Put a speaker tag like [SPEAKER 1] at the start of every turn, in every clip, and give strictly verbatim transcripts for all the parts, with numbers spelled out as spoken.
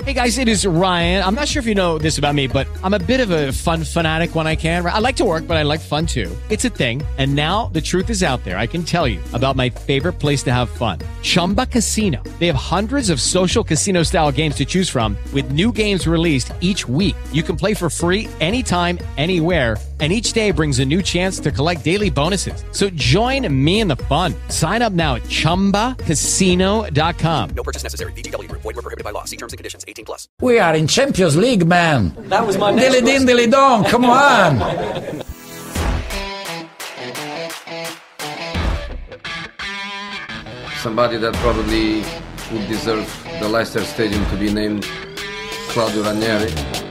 [SPEAKER 1] Hey guys, it is Ryan. I'm not sure if you know this about me, but I'm a bit of a fun fanatic when I can. I like to work, but I like fun too. It's a thing. And now the truth is out there. I can tell you about my favorite place to have fun. Chumba Casino. They have hundreds of social casino style games to choose from with new games released each week. You can play for free anytime, anywhere. And each day brings a new chance to collect daily bonuses. So join me in the fun. Sign up now at chumba casino dot com.
[SPEAKER 2] No purchase necessary. V G W Group. Void where prohibited by law. See terms and conditions. eighteen plus.
[SPEAKER 3] We are in Champions League, man.
[SPEAKER 4] That was my
[SPEAKER 3] Dilly din, dilly dong. Come on.
[SPEAKER 5] Somebody that probably would deserve the Leicester Stadium to be named Claudio Ranieri.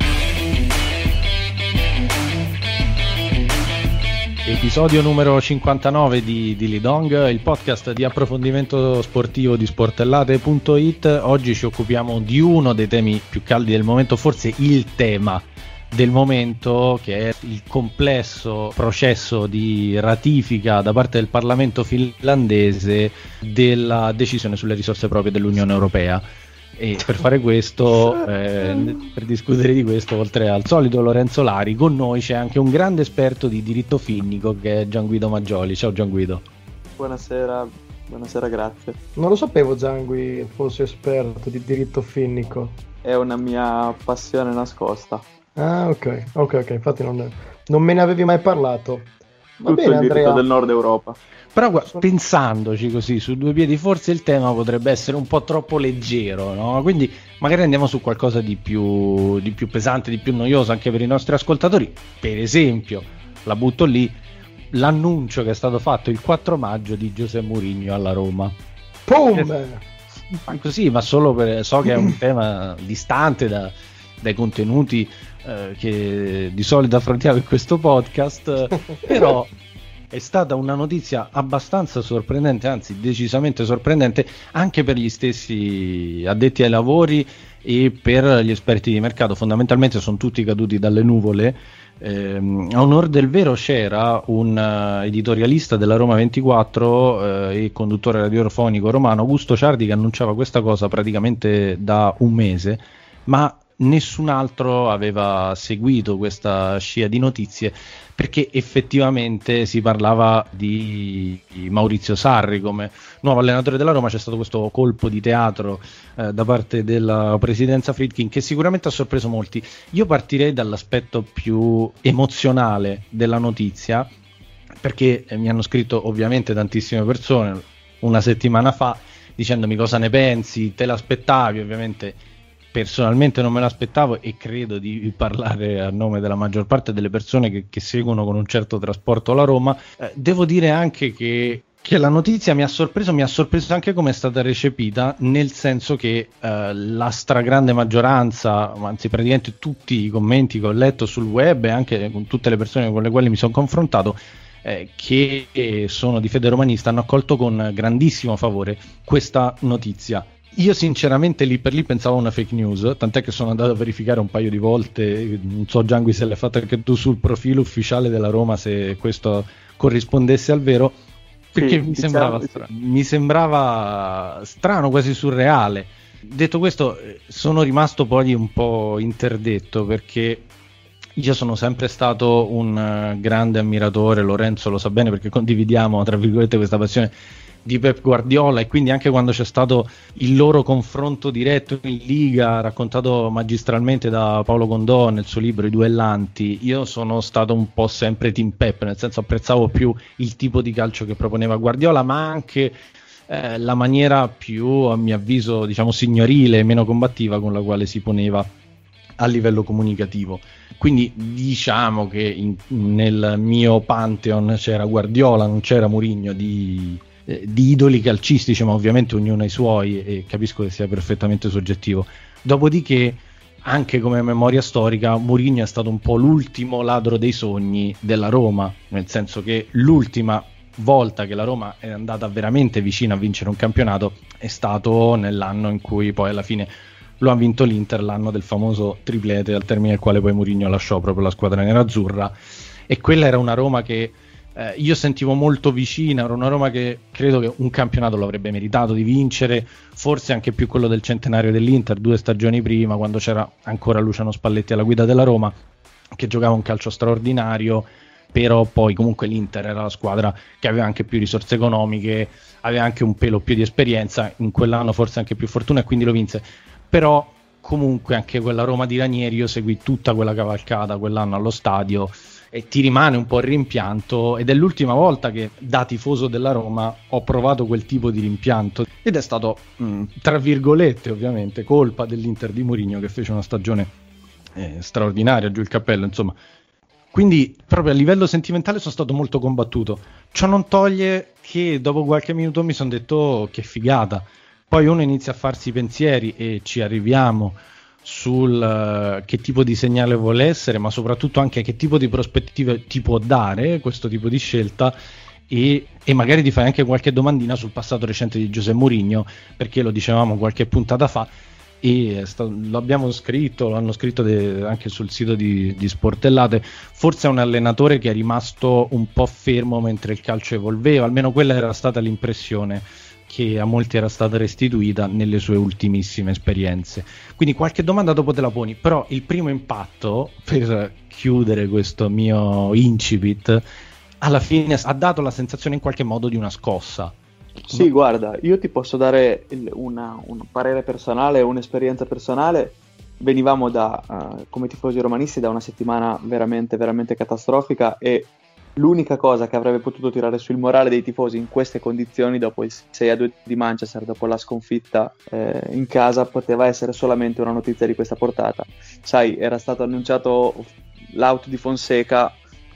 [SPEAKER 6] Episodio numero cinquantanove di Dilly Dong, il podcast di approfondimento sportivo di sportellate punto it. Oggi ci occupiamo di uno dei temi più caldi del momento, forse il tema del momento, che è il complesso processo di ratifica da parte del Parlamento finlandese della decisione sulle risorse proprie dell'Unione Europea. E per fare questo, eh, per discutere di questo, oltre al solito Lorenzo Lari, con noi c'è anche un grande esperto di diritto finnico che è Gianguido Maggioli. Ciao Gianguido.
[SPEAKER 7] Buonasera, buonasera, grazie.
[SPEAKER 8] Non lo sapevo Giangui fosse esperto di diritto finnico.
[SPEAKER 7] È una mia passione nascosta.
[SPEAKER 8] Ah, ok, ok, ok, infatti non, non me ne avevi mai parlato. Va
[SPEAKER 7] Tutto
[SPEAKER 8] bene,
[SPEAKER 7] il diritto
[SPEAKER 8] Andrea.
[SPEAKER 7] del Nord Europa.
[SPEAKER 6] Però guarda, pensandoci così su due piedi, forse il tema potrebbe essere un po' troppo leggero, no? Quindi magari andiamo su qualcosa di più, di più pesante, di più noioso anche per i nostri ascoltatori. Per esempio, la butto lì, l'annuncio che è stato fatto il quattro maggio di José Mourinho alla Roma.
[SPEAKER 8] Boom!
[SPEAKER 6] Ma così, ma solo per, so che è un tema distante da, dai contenuti eh, che di solito affrontiamo in questo podcast, però è stata una notizia abbastanza sorprendente, anzi decisamente sorprendente anche per gli stessi addetti ai lavori e per gli esperti di mercato. Fondamentalmente sono tutti caduti dalle nuvole. Eh, a onor del vero c'era un uh, editorialista della Roma ventiquattro eh, e conduttore radiofonico romano, Augusto Ciardi, che annunciava questa cosa praticamente da un mese, ma nessun altro aveva seguito questa scia di notizie, perché effettivamente si parlava di Maurizio Sarri come nuovo allenatore della Roma. C'è stato questo colpo di teatro eh, da parte della presidenza Friedkin che sicuramente ha sorpreso molti. Io partirei dall'aspetto più emozionale della notizia, perché eh, mi hanno scritto ovviamente tantissime persone una settimana fa dicendomi cosa ne pensi, te l'aspettavi. Ovviamente personalmente non me l'aspettavo e credo di parlare a nome della maggior parte delle persone che, che seguono con un certo trasporto la Roma. Eh, devo dire anche che, che la notizia mi ha sorpreso, mi ha sorpreso anche come è stata recepita, nel senso che eh, la stragrande maggioranza, anzi praticamente tutti i commenti che ho letto sul web e anche con tutte le persone con le quali mi sono confrontato, eh, che sono di fede romanista, hanno accolto con grandissimo favore questa notizia. Io sinceramente lì per lì pensavo a una fake news, tant'è che sono andato a verificare un paio di volte, non so Giangui se l'hai fatto anche tu sul profilo ufficiale della Roma, se questo corrispondesse al vero, perché
[SPEAKER 7] sì,
[SPEAKER 6] mi,
[SPEAKER 7] diciamo,
[SPEAKER 6] sembrava stra- mi sembrava strano, quasi surreale. Detto questo, sono rimasto poi un po' interdetto, perché io sono sempre stato un grande ammiratore, Lorenzo lo sa bene perché condividiamo tra virgolette questa passione, di Pep Guardiola, e quindi anche quando c'è stato il loro confronto diretto in Liga, raccontato magistralmente da Paolo Condò nel suo libro I Duellanti, io sono stato un po' sempre team Pep, nel senso apprezzavo più il tipo di calcio che proponeva Guardiola, ma anche eh, la maniera più, a mio avviso, diciamo signorile e meno combattiva con la quale si poneva a livello comunicativo. Quindi diciamo che in, nel mio pantheon c'era Guardiola, non c'era Mourinho di di idoli calcistici, ma ovviamente ognuno ha i suoi e capisco che sia perfettamente soggettivo. Dopodiché, anche come memoria storica, Mourinho è stato un po' l'ultimo ladro dei sogni della Roma, nel senso che l'ultima volta che la Roma è andata veramente vicina a vincere un campionato è stato nell'anno in cui poi alla fine lo ha vinto l'Inter, l'anno del famoso triplete, al termine del quale poi Mourinho lasciò proprio la squadra nerazzurra, e quella era una Roma che eh, io sentivo molto vicina, era una Roma che credo che un campionato lo avrebbe meritato di vincere, forse anche più quello del centenario dell'Inter, due stagioni prima, quando c'era ancora Luciano Spalletti alla guida della Roma, che giocava un calcio straordinario, però poi comunque l'Inter era la squadra che aveva anche più risorse economiche, aveva anche un pelo più di esperienza, in quell'anno forse anche più fortuna e quindi lo vinse. Però comunque anche quella Roma di Ranieri, io seguì tutta quella cavalcata quell'anno allo stadio e ti rimane un po' il rimpianto, ed è l'ultima volta che da tifoso della Roma ho provato quel tipo di rimpianto, ed è stato mh, tra virgolette ovviamente colpa dell'Inter di Mourinho, che fece una stagione eh, straordinaria, giù il cappello, insomma. Quindi proprio a livello sentimentale sono stato molto combattuto. Ciò non toglie che dopo qualche minuto mi sono detto oh, che figata. Poi uno inizia a farsi pensieri e ci arriviamo sul uh, che tipo di segnale vuole essere, ma soprattutto anche che tipo di prospettive ti può dare questo tipo di scelta, e, e magari ti fai anche qualche domandina sul passato recente di José Mourinho, perché lo dicevamo qualche puntata fa e sta, lo abbiamo scritto, lo hanno scritto de, anche sul sito di, di Sportellate, forse è un allenatore che è rimasto un po' fermo mentre il calcio evolveva, almeno quella era stata l'impressione che a molti era stata restituita nelle sue ultimissime esperienze. Quindi qualche domanda dopo te la poni, però il primo impatto, per chiudere questo mio incipit, alla fine ha dato la sensazione in qualche modo di una scossa.
[SPEAKER 7] Sì, guarda, io ti posso dare il, una, un parere personale, un'esperienza personale. Venivamo da, uh, come tifosi romanisti, da una settimana veramente, veramente catastrofica, e l'unica cosa che avrebbe potuto tirare sul morale dei tifosi in queste condizioni, dopo il sei a due di Manchester, dopo la sconfitta eh, in casa, poteva essere solamente una notizia di questa portata. Sai, era stato annunciato l'out di Fonseca,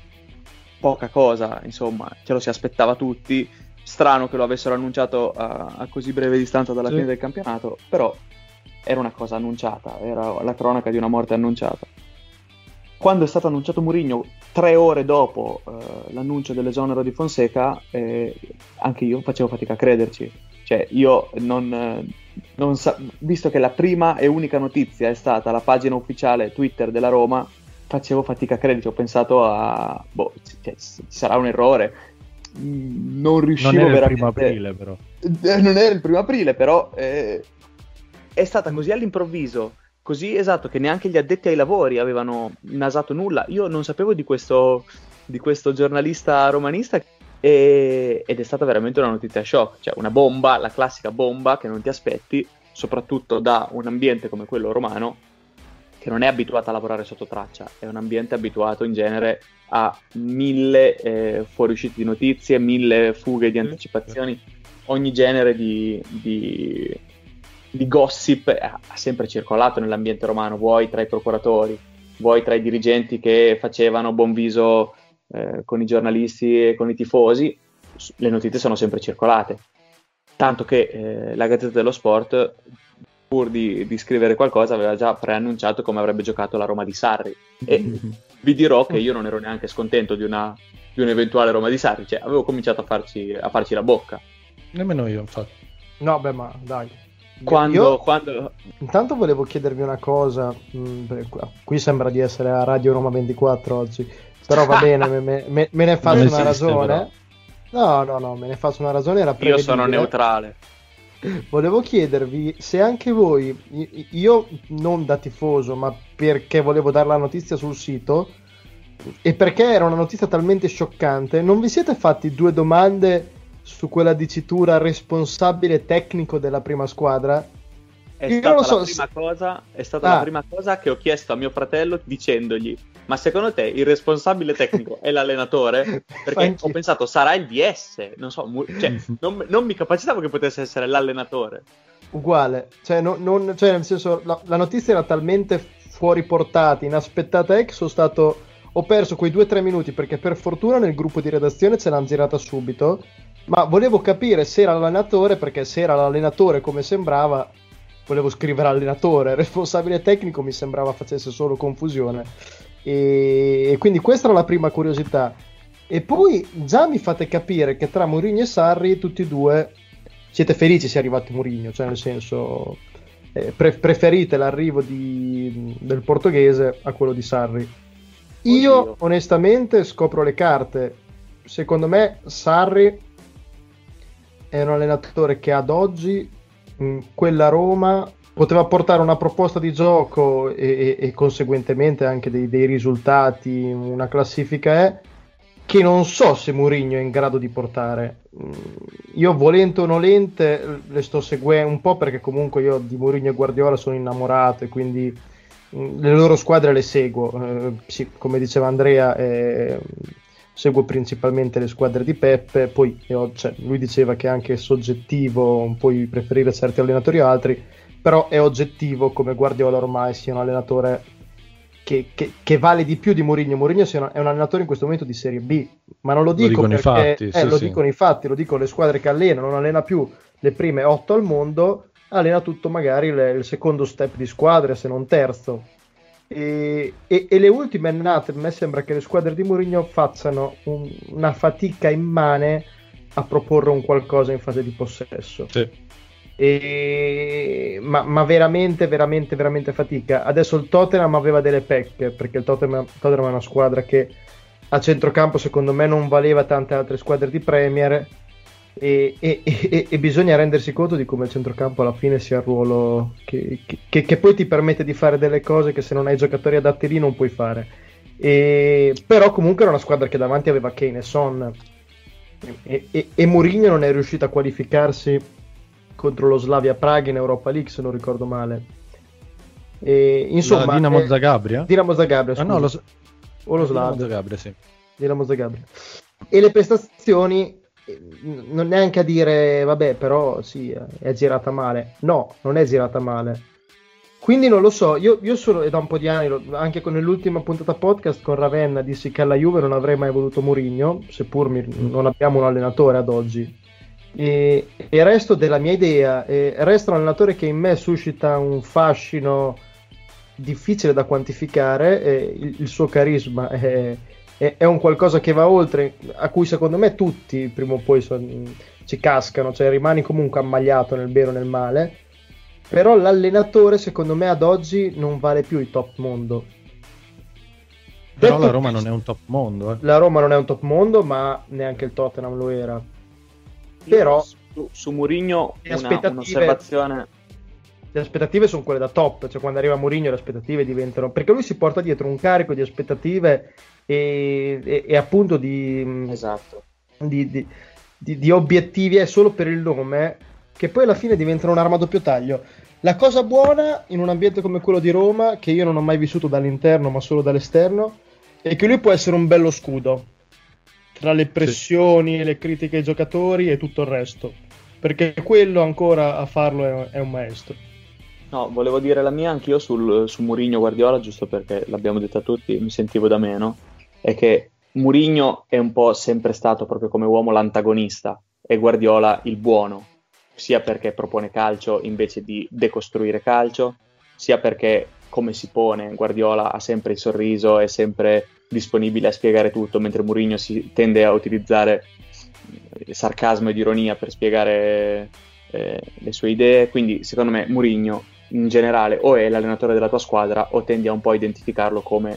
[SPEAKER 7] poca cosa, insomma, ce lo si aspettava tutti. Strano che lo avessero annunciato a, a così breve distanza dalla sì. fine del campionato, però era una cosa annunciata, era la cronaca di una morte annunciata. Quando è stato annunciato Mourinho, tre ore dopo eh, l'annuncio dell'esonero di Fonseca, eh, anche io facevo fatica a crederci. Cioè, io non, non sa- visto che la prima e unica notizia è stata la pagina ufficiale Twitter della Roma, facevo fatica a crederci. Ho pensato a boh, cioè, ci sarà un errore. Non riuscivo
[SPEAKER 6] non era
[SPEAKER 7] veramente...
[SPEAKER 6] il primo aprile, però
[SPEAKER 7] non era il primo aprile, però eh, è stata così all'improvviso, così esatto, che neanche gli addetti ai lavori avevano nasato nulla. Io non sapevo di questo, di questo giornalista romanista, e, ed è stata veramente una notizia shock, cioè una bomba, la classica bomba che non ti aspetti, soprattutto da un ambiente come quello romano, che non è abituato a lavorare sotto traccia, è un ambiente abituato in genere a mille eh, fuoriuscite di notizie, mille fughe di anticipazioni, ogni genere di, di, di gossip ha sempre circolato nell'ambiente romano, vuoi tra i procuratori, vuoi tra i dirigenti che facevano buon viso eh, con i giornalisti e con i tifosi, le notizie sono sempre circolate, tanto che eh, la Gazzetta dello Sport, pur di, di scrivere qualcosa, aveva già preannunciato come avrebbe giocato la Roma di Sarri, e vi dirò che io non ero neanche scontento di una di un'eventuale Roma di Sarri, cioè avevo cominciato a farci, a farci la bocca.
[SPEAKER 6] Nemmeno io, infatti.
[SPEAKER 8] No, beh, ma dai.
[SPEAKER 7] Quando,
[SPEAKER 8] io,
[SPEAKER 7] quando...
[SPEAKER 8] Intanto volevo chiedervi una cosa, mh, qui sembra di essere a Radio Roma ventiquattro oggi, però va bene, me, me, me ne faccio una ragione. Però. No, no, no, me ne faccio una ragione, era
[SPEAKER 7] io sono neutrale.
[SPEAKER 8] Volevo chiedervi se anche voi, io non da tifoso, ma perché volevo dare la notizia sul sito e perché era una notizia talmente scioccante, non vi siete fatti due domande su quella dicitura responsabile tecnico della prima squadra?
[SPEAKER 7] È
[SPEAKER 8] io
[SPEAKER 7] stata,
[SPEAKER 8] non so
[SPEAKER 7] la, prima
[SPEAKER 8] se...
[SPEAKER 7] cosa, è stata
[SPEAKER 8] ah.
[SPEAKER 7] la prima cosa che ho chiesto a mio fratello, dicendogli: ma secondo te il responsabile tecnico è l'allenatore? Perché
[SPEAKER 8] Anch'io.
[SPEAKER 7] Ho pensato sarà il D S, non so, mu- cioè, non, non mi capacitavo che potesse essere l'allenatore.
[SPEAKER 8] Uguale, cioè, no, non, cioè nel senso la, la notizia era talmente fuori portata, inaspettata, che sono stato, ho perso quei due o tre minuti perché per fortuna nel gruppo di redazione ce l'hanno girata subito, ma volevo capire se era l'allenatore, perché se era l'allenatore come sembrava volevo scrivere allenatore, responsabile tecnico mi sembrava facesse solo confusione, e, e quindi questa era la prima curiosità. E poi già mi fate capire che tra Mourinho e Sarri tutti e due siete felici sia arrivati Mourinho, cioè nel senso eh, pre- preferite l'arrivo di, del portoghese a quello di Sarri. Io
[SPEAKER 7] Oddio.
[SPEAKER 8] onestamente scopro le carte, secondo me Sarri è un allenatore che ad oggi mh, quella Roma poteva portare una proposta di gioco e, e, e conseguentemente anche dei, dei risultati, una classifica è che non so se Mourinho è in grado di portare. Io volente o nolente le sto seguendo un po', perché comunque io di Mourinho e Guardiola sono innamorato e quindi le loro squadre le seguo. Eh, sì, come diceva Andrea, eh, seguo principalmente le squadre di Peppe, poi eh, cioè, lui diceva che è anche soggettivo, puoi preferire certi allenatori o altri, però è oggettivo come Guardiola ormai sia un allenatore Che, che, che vale di più di Mourinho. Mourinho è un allenatore in questo momento di Serie B, ma non lo dico
[SPEAKER 6] lo
[SPEAKER 8] perché
[SPEAKER 6] fatti,
[SPEAKER 8] eh,
[SPEAKER 6] sì,
[SPEAKER 8] lo
[SPEAKER 6] sì.
[SPEAKER 8] dicono i fatti, lo dico le squadre che allena, non allena più le prime otto al mondo, allena tutto magari le, il secondo step di squadre, se non terzo. E, e, e le ultime annate a me sembra che le squadre di Mourinho facciano un, una fatica immane a proporre un qualcosa in fase di possesso.
[SPEAKER 6] Sì.
[SPEAKER 8] E... Ma, ma veramente veramente veramente fatica. Adesso il Tottenham aveva delle pecche, perché il Tottenham, Tottenham è una squadra che a centrocampo secondo me non valeva tante altre squadre di Premier e, e, e, e bisogna rendersi conto di come il centrocampo alla fine sia il ruolo che, che, che poi ti permette di fare delle cose che se non hai giocatori adatti lì non puoi fare. E... però comunque era una squadra che davanti aveva Kane e Son e, e, e Mourinho non è riuscito a qualificarsi contro lo Slavia Praga in Europa League, se non ricordo male. E, insomma,
[SPEAKER 6] la Dinamo
[SPEAKER 8] eh,
[SPEAKER 6] Zagabria?
[SPEAKER 8] Dinamo Zagabria,
[SPEAKER 6] Ah, no, lo,
[SPEAKER 8] o lo
[SPEAKER 6] Dinamo
[SPEAKER 8] Slavia.
[SPEAKER 6] Zagabria, sì.
[SPEAKER 8] Dinamo Zagabria. E le prestazioni, non neanche a dire, vabbè, però sì, è girata male. No, non è girata male. Quindi non lo so, io, io sono, è da un po' di anni, anche con l'ultima puntata podcast con Ravenna, dissi che alla Juve non avrei mai voluto Mourinho, seppur mi, non abbiamo un allenatore ad oggi. E, e resto della mia idea, e resta un allenatore che in me suscita un fascino difficile da quantificare, e il, il suo carisma è, è, è un qualcosa che va oltre, a cui secondo me tutti prima o poi son, ci cascano, cioè rimani comunque ammagliato nel bene o nel male, però l'allenatore secondo me ad oggi non vale più il top mondo.
[SPEAKER 6] Però
[SPEAKER 8] Detto
[SPEAKER 6] la Roma
[SPEAKER 8] questo,
[SPEAKER 6] non è un top mondo, eh.
[SPEAKER 8] la Roma non è un top mondo, ma neanche il Tottenham lo era. Però
[SPEAKER 7] su, su Mourinho
[SPEAKER 8] le
[SPEAKER 7] una,
[SPEAKER 8] aspettative-
[SPEAKER 7] un'osservazione.
[SPEAKER 8] le aspettative sono quelle da top, cioè quando arriva Mourinho le aspettative diventano, perché lui si porta dietro un carico di aspettative e, e, e appunto di,
[SPEAKER 7] Esatto.
[SPEAKER 8] di, di, di, di obiettivi è solo per il nome, che poi alla fine diventano un'arma a doppio taglio. La cosa buona in un ambiente come quello di Roma, che io non ho mai vissuto dall'interno ma solo dall'esterno, è che lui può essere un bello scudo tra le pressioni e le critiche ai giocatori e tutto il resto, perché quello ancora a farlo è, è un maestro.
[SPEAKER 7] No, volevo dire la mia anch'io sul, su Mourinho Guardiola, giusto perché l'abbiamo detta tutti, mi sentivo da meno, è che Mourinho è un po' sempre stato proprio come uomo l'antagonista e Guardiola il buono, sia perché propone calcio invece di decostruire calcio, sia perché come si pone Guardiola ha sempre il sorriso, è sempre disponibile a spiegare tutto, mentre Mourinho si tende a utilizzare sarcasmo ed ironia per spiegare eh, le sue idee. Quindi secondo me Mourinho in generale o è l'allenatore della tua squadra o tendi a un po' identificarlo come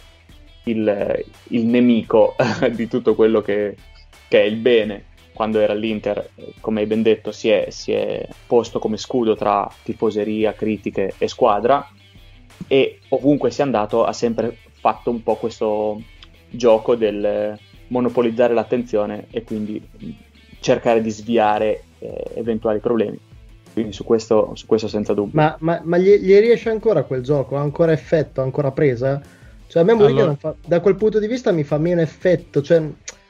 [SPEAKER 7] il, il nemico di tutto quello che, che è il bene. Quando era all'Inter, come hai ben detto, si è, si è posto come scudo tra tifoseria, critiche e squadra, e ovunque sia andato ha sempre fatto un po' questo gioco del monopolizzare l'attenzione e quindi cercare di sviare eh, eventuali problemi. Quindi su questo, su questo senza dubbio.
[SPEAKER 8] Ma, ma, ma gli, gli riesce ancora quel gioco? Ha ancora effetto? Ha ancora presa? Cioè a me Mourinho
[SPEAKER 6] Allora...
[SPEAKER 8] non fa, da quel punto di vista mi fa meno effetto. Cioè,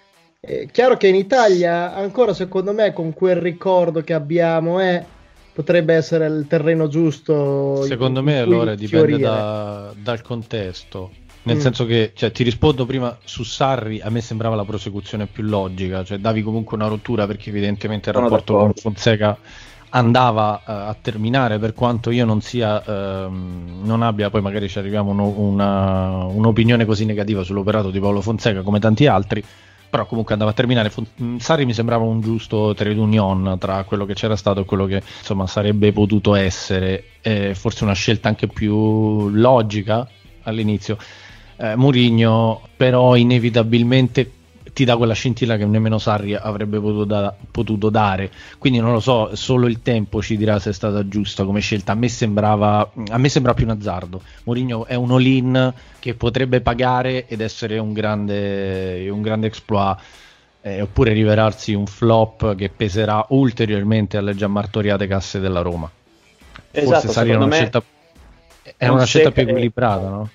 [SPEAKER 8] è chiaro che in Italia ancora secondo me con quel ricordo che abbiamo eh, potrebbe essere il terreno giusto.
[SPEAKER 6] Secondo
[SPEAKER 8] in,
[SPEAKER 6] me
[SPEAKER 8] in cui
[SPEAKER 6] allora dipende
[SPEAKER 8] fiorire.
[SPEAKER 6] da, dal contesto. Nel
[SPEAKER 8] Mm.
[SPEAKER 6] senso che, cioè, ti rispondo prima su Sarri, a me sembrava la prosecuzione più logica, cioè davi comunque una rottura perché evidentemente il
[SPEAKER 7] Sono
[SPEAKER 6] rapporto
[SPEAKER 7] d'accordo.
[SPEAKER 6] con Fonseca andava uh, a terminare, per quanto io non sia uh, non abbia, poi magari ci arriviamo uno, una, un'opinione così negativa sull'operato di Paolo Fonseca come tanti altri, però comunque andava a terminare. Fon- Sarri mi sembrava un giusto trade union tra quello che c'era stato e quello che insomma sarebbe potuto essere, eh, forse una scelta anche più logica all'inizio. eh, Mourinho però inevitabilmente ti dà quella scintilla che nemmeno Sarri avrebbe potuto, da, potuto dare. Quindi non lo so, solo il tempo ci dirà se è stata giusta come scelta. A me sembrava a me sembra più un azzardo. Mourinho è un all-in che potrebbe pagare ed essere un grande un grande exploit, eh, oppure rivelarsi un flop che peserà ulteriormente alle già martoriate casse della Roma. Forse
[SPEAKER 7] Esatto,
[SPEAKER 6] Sarri era una
[SPEAKER 7] me
[SPEAKER 6] scelta è una
[SPEAKER 7] non
[SPEAKER 6] scelta
[SPEAKER 7] se-
[SPEAKER 6] più equilibrata, no?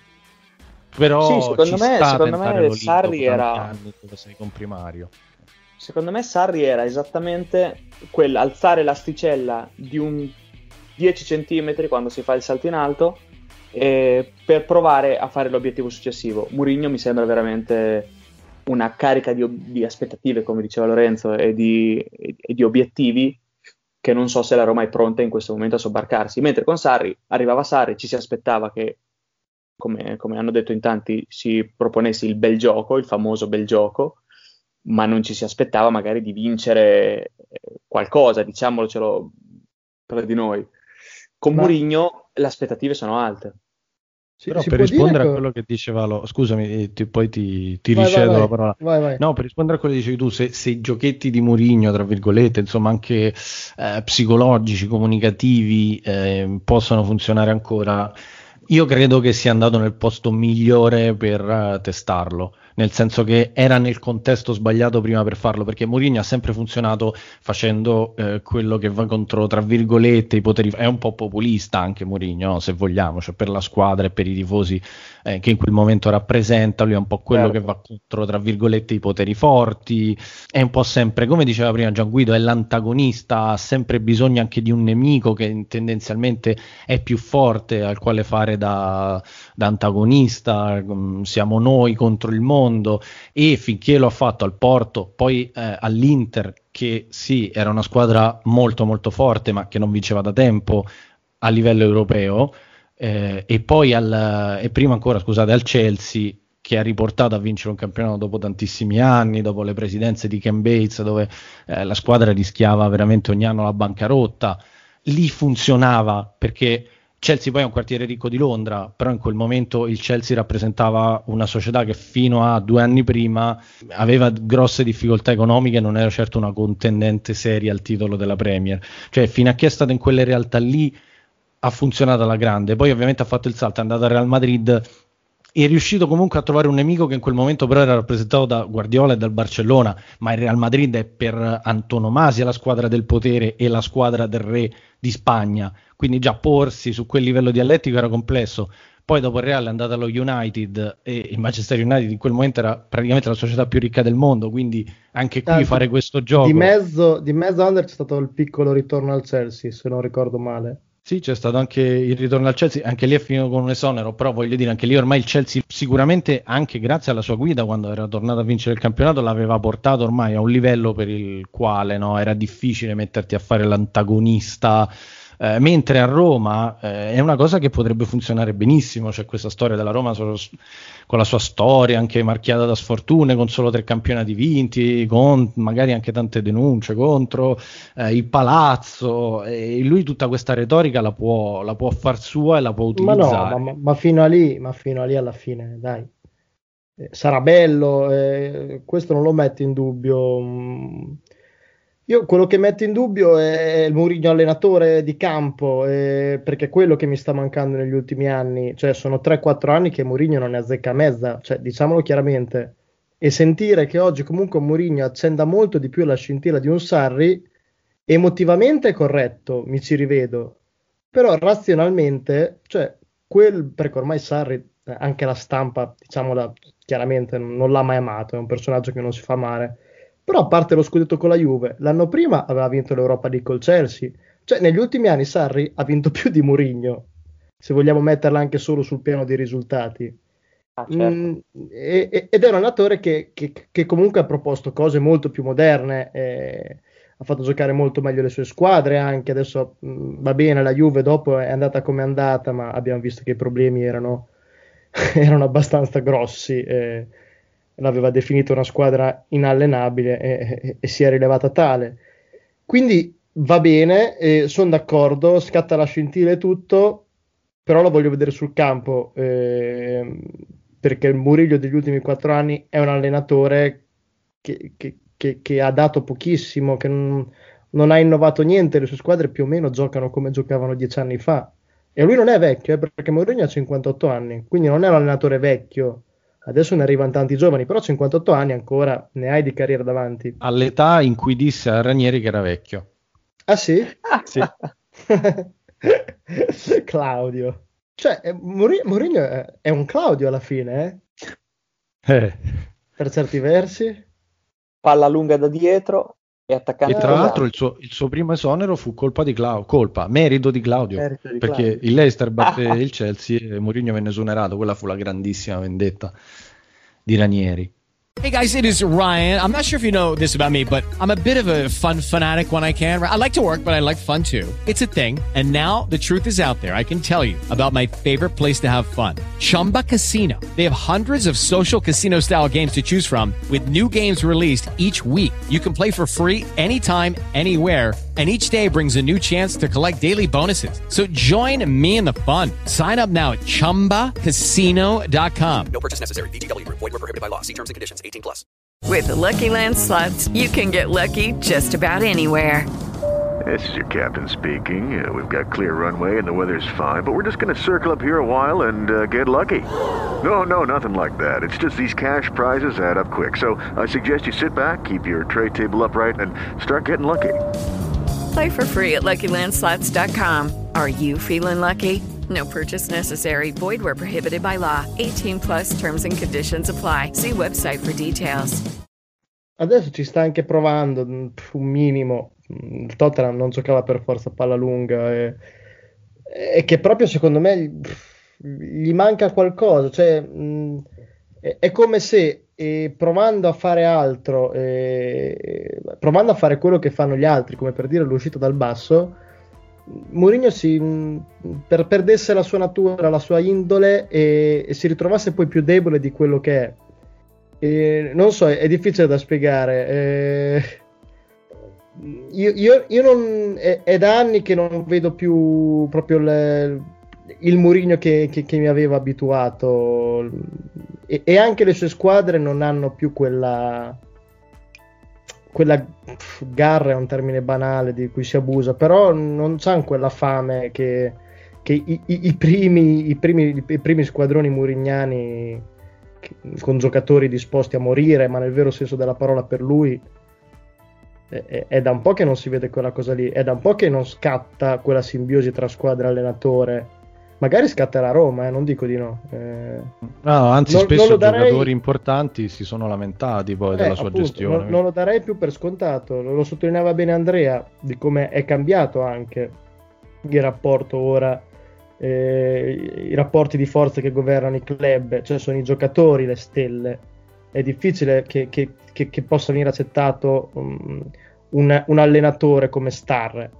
[SPEAKER 6] Però
[SPEAKER 7] Sì, secondo
[SPEAKER 6] ci
[SPEAKER 7] me-
[SPEAKER 6] sta a
[SPEAKER 7] secondo
[SPEAKER 6] tentare
[SPEAKER 7] me
[SPEAKER 6] l'Olimpo
[SPEAKER 7] Sarri
[SPEAKER 6] dopo tanti
[SPEAKER 7] era-
[SPEAKER 6] anni dove sei comprimario.
[SPEAKER 7] Secondo me Sarri era esattamente quell'alzare l'asticella di un dieci centimetri quando si fa il salto in alto, eh, per provare a fare l'obiettivo successivo. Mourinho mi sembra veramente una carica di, ob- di aspettative, come diceva Lorenzo, e di, e di obiettivi che non so se la Roma è pronta in questo momento a sobbarcarsi. Mentre con Sarri, arrivava Sarri, ci si aspettava che, come, come hanno detto in tanti, si proponesse il bel gioco, il famoso bel gioco, ma non ci si aspettava magari di vincere eh, qualcosa, diciamocelo tra di noi. Con
[SPEAKER 8] Ma-
[SPEAKER 7] Mourinho le aspettative sono alte.
[SPEAKER 8] Si-
[SPEAKER 6] Però
[SPEAKER 8] si
[SPEAKER 6] per
[SPEAKER 8] può
[SPEAKER 6] rispondere
[SPEAKER 8] dire
[SPEAKER 6] a
[SPEAKER 8] che-
[SPEAKER 6] quello che diceva lo... scusami, eh, ti- poi ti, ti
[SPEAKER 8] Vai, vai,
[SPEAKER 6] ricedo
[SPEAKER 8] vai.
[SPEAKER 6] la parola.
[SPEAKER 8] Vai, vai.
[SPEAKER 6] No, per rispondere a quello che dicevi tu, se, se i giochetti di Mourinho, tra virgolette, insomma anche eh, psicologici, comunicativi, eh, possono funzionare ancora, io credo che sia andato nel posto migliore per eh, testarlo, nel senso che era nel contesto sbagliato prima per farlo, perché Mourinho ha sempre funzionato facendo eh, quello che va contro, tra virgolette, i poteri. È un po' populista anche Mourinho, no? Se vogliamo, cioè per la squadra e per i tifosi eh, che in quel momento rappresenta, lui è un po' quello
[SPEAKER 7] Certo.
[SPEAKER 6] che va contro, tra virgolette, i poteri forti, è un po' sempre, come diceva prima Gianguido, è l'antagonista, ha sempre bisogno anche di un nemico che tendenzialmente è più forte, al quale fare da, da antagonista, mm, siamo noi contro il mondo, e finché lo ha fatto al Porto, poi eh, all'Inter, che sì, era una squadra molto molto forte, ma che non vinceva da tempo a livello europeo, eh, e poi al, e prima ancora, scusate, al Chelsea, che ha riportato a vincere un campionato dopo tantissimi anni, dopo le presidenze di Ken Bates, dove eh, la squadra rischiava veramente ogni anno la bancarotta. Lì funzionava perché Chelsea poi è un quartiere ricco di Londra, però in quel momento il Chelsea rappresentava una società che fino a due anni prima aveva grosse difficoltà economiche e non era certo una contendente seria al titolo della Premier. Cioè, fino a che è stato in quelle realtà lì ha funzionato alla grande. Poi ovviamente ha fatto il salto, è andato al Real Madrid, è riuscito comunque a trovare un nemico che in quel momento però era rappresentato da Guardiola e dal Barcellona, ma il Real Madrid è per antonomasia la squadra del potere e la squadra del re di Spagna, quindi già porsi su quel livello dialettico era complesso. Poi dopo il Real è andato allo United e il Manchester United in quel momento era praticamente la società più ricca del mondo, quindi anche qui
[SPEAKER 8] Tanto,
[SPEAKER 6] fare questo gioco.
[SPEAKER 8] Di mezzo, di mezzo under c'è stato il piccolo ritorno al Chelsea, se non ricordo male.
[SPEAKER 6] Sì, c'è stato anche il ritorno al Chelsea, anche lì è finito con un esonero, però voglio dire, anche lì ormai il Chelsea sicuramente anche grazie alla sua guida, quando era tornato a vincere il campionato, l'aveva portato ormai a un livello per il quale no, era difficile metterti a fare l'antagonista, eh, mentre a Roma eh, è una cosa che potrebbe funzionare benissimo. C'è questa storia della Roma solo, con la sua storia anche marchiata da sfortune, con solo tre campionati vinti, con magari anche tante denunce contro eh, il palazzo, e lui tutta questa retorica la può, la può far sua e la può
[SPEAKER 8] Ma no,
[SPEAKER 6] utilizzare.
[SPEAKER 8] ma, ma- ma fino a lì, ma fino a lì alla fine, dai. Eh, sarà bello, eh, questo non lo metto in dubbio. Mm. Io quello che metto in dubbio è il Mourinho allenatore di campo, eh, perché è quello che mi sta mancando negli ultimi anni. Cioè, sono tre quattro anni che Mourinho non ne azzecca mezza, cioè, diciamolo chiaramente. E sentire che oggi comunque Mourinho accenda molto di più la scintilla di un Sarri, emotivamente è corretto, mi ci rivedo. Però razionalmente, cioè, quel, perché ormai Sarri, eh, anche la stampa, diciamola chiaramente, non l'ha mai amato, è un personaggio che non si fa amare. Però a parte lo scudetto con la Juve, l'anno prima aveva vinto l'Europa League col Chelsea. Cioè, negli ultimi anni Sarri ha vinto più di Mourinho, se vogliamo metterla anche solo sul piano dei risultati.
[SPEAKER 7] Ah, certo.
[SPEAKER 8] Mm, e- e- ed è un allenatore che, che- che comunque ha proposto cose molto più moderne, eh, ha fatto giocare molto meglio le sue squadre anche. Adesso mm, va bene, la Juve dopo è andata come è andata, ma abbiamo visto che i problemi erano, erano abbastanza grossi. eh, l'aveva definito una squadra inallenabile e, e- e si è rilevata tale. Quindi va bene, eh, sono d'accordo, scatta la scintilla e tutto, però lo voglio vedere sul campo, ehm, perché il Murillo degli ultimi quattro anni è un allenatore che, che, che, che ha dato pochissimo, che non, non ha innovato niente, le sue squadre più o meno giocano come giocavano dieci anni fa. E lui non è vecchio, eh, perché Mourinho ha cinquantotto anni, quindi non è un allenatore vecchio. Adesso ne arrivano tanti giovani, però cinquantotto anni ancora ne hai di carriera davanti.
[SPEAKER 6] All'età in cui disse a Ranieri che era vecchio.
[SPEAKER 8] Ah sì?
[SPEAKER 6] Sì.
[SPEAKER 8] Claudio. Cioè, eh, Mourinho, Mourinho è, è un Claudio alla fine, eh?
[SPEAKER 6] Eh.
[SPEAKER 8] Per certi versi.
[SPEAKER 7] Palla lunga da dietro e attaccante.
[SPEAKER 6] E tra l'altro il suo, il suo primo esonero fu colpa di Claudio, colpa, merito di Claudio,
[SPEAKER 8] Merito di
[SPEAKER 6] perché
[SPEAKER 8] Claudio.
[SPEAKER 6] il Leicester batté il Chelsea e Mourinho venne esonerato. Quella fu la grandissima vendetta di Ranieri.
[SPEAKER 1] Hey guys, it is Ryan. I'm not sure if you know this about me, but I'm a bit of a fun fanatic when I can. I like to work, but I like fun too. It's a thing. And now the truth is out there. I can tell you about my favorite place to have fun. Chumba Casino. They have hundreds of social casino style games to choose from with new games released each week. You can play for free anytime, anywhere. And each day brings a new chance to collect daily bonuses. So join me in the fun. Sign up now at chumba casino dot com.
[SPEAKER 2] No purchase necessary. V G W Group. Void where prohibited by law. See terms and conditions. eighteen plus.
[SPEAKER 4] With the Lucky Land Slots, you can get lucky just about anywhere.
[SPEAKER 9] This is your captain speaking. Uh, we've got clear runway and the weather's fine, but we're just going to circle up here a while and uh, get lucky. No, no, nothing like that. It's just these cash prizes add up quick. So I suggest you sit back, keep your tray table upright, and start getting lucky.
[SPEAKER 4] Play for free at lucky land slots dot com. Are you feeling lucky? No purchase necessary. Void where prohibited by law. eighteen plus terms and conditions apply. See website for details.
[SPEAKER 8] Adesso ci sta anche provando un minimo. Il Tottenham non giocava per forza palla lunga e, e che proprio secondo me gli manca qualcosa. Cioè, mh, è, è come se e provando a fare altro, e, provando a fare quello che fanno gli altri, come per dire l'uscita dal basso, Mourinho si per, perdesse la sua natura, la sua indole e, e si ritrovasse poi più debole di quello che è. E, non so, è, è difficile da spiegare. E, io, io, io non è, è da anni che non vedo più proprio le, il Mourinho che, che, che mi aveva abituato, e, e anche le sue squadre non hanno più quella quella garra, è un termine banale di cui si abusa, però non c'hanno quella fame che, che i, i, i, primi, i, primi, i primi squadroni mourignani, con giocatori disposti a morire, ma nel vero senso della parola per lui. È, è, è da un po' che non si vede quella cosa lì, è da un po' che non scatta quella simbiosi tra squadra e allenatore. Magari scatterà a Roma, eh, non dico di no. Eh,
[SPEAKER 6] no, anzi,
[SPEAKER 8] non,
[SPEAKER 6] spesso
[SPEAKER 8] non
[SPEAKER 6] i
[SPEAKER 8] darei...
[SPEAKER 6] giocatori importanti si sono lamentati poi
[SPEAKER 8] eh,
[SPEAKER 6] della sua
[SPEAKER 8] appunto,
[SPEAKER 6] gestione.
[SPEAKER 8] Non, non lo darei più per scontato, lo, lo sottolineava bene Andrea, di come è cambiato anche il rapporto ora, eh, i rapporti di forza che governano i club, cioè sono i giocatori le stelle. È difficile che, che, che, che possa venire accettato um, un, un allenatore come star.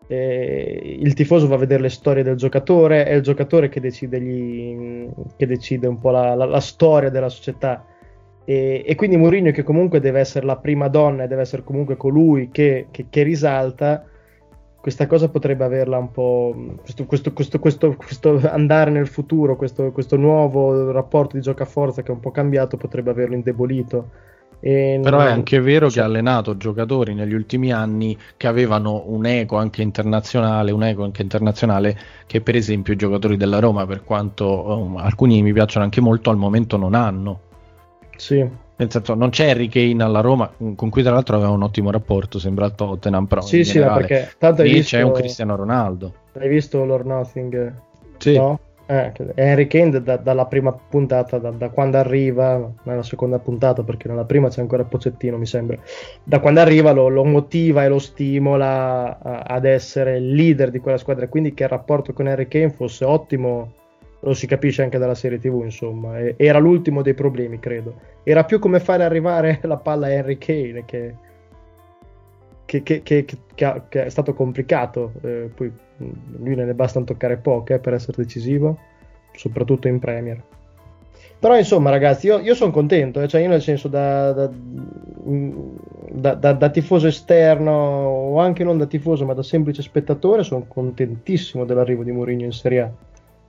[SPEAKER 8] Eh, il tifoso va a vedere le storie del giocatore, è il giocatore che decide, gli, che decide un po' la, la, la storia della società, e, e quindi Mourinho, che comunque deve essere la prima donna e deve essere comunque colui che, che, che risalta, questa cosa potrebbe averla un po', questo, questo, questo, questo, questo andare nel futuro, questo, questo nuovo rapporto di giocaforza che è un po' cambiato, potrebbe averlo indebolito. E
[SPEAKER 6] però
[SPEAKER 8] non...
[SPEAKER 6] è anche vero che ha allenato giocatori negli ultimi anni che avevano un eco anche internazionale, un eco anche internazionale che per esempio i giocatori della Roma, per quanto um, alcuni mi piacciono anche molto, al momento non hanno.
[SPEAKER 8] Sì.
[SPEAKER 6] Nel senso, non c'è Harry Kane alla Roma, con cui tra l'altro aveva un ottimo rapporto, sembra il Tottenham, però
[SPEAKER 8] sì, sì, ma perché tanto hai
[SPEAKER 6] lì
[SPEAKER 8] visto...
[SPEAKER 6] c'è un Cristiano Ronaldo.
[SPEAKER 8] Hai visto Lord Nothing?
[SPEAKER 6] Sì.
[SPEAKER 8] No? Eh, Harry Kane da, dalla prima puntata, da, da quando arriva, nella seconda puntata, perché nella prima c'è ancora Pochettino mi sembra, da quando arriva lo, lo motiva e lo stimola a, ad essere il leader di quella squadra, quindi che il rapporto con Harry Kane fosse ottimo lo si capisce anche dalla serie tv, insomma. E, era l'ultimo dei problemi, credo, era più come fare arrivare la palla a Harry Kane che Che, che, che, che, ha, che è stato complicato, eh, poi lui ne bastano toccare poche eh, per essere decisivo, soprattutto in Premier. Però insomma ragazzi, io, io sono contento, eh, cioè io nel senso da da, da, da da tifoso esterno, o anche non da tifoso ma da semplice spettatore, sono contentissimo dell'arrivo di Mourinho in Serie A.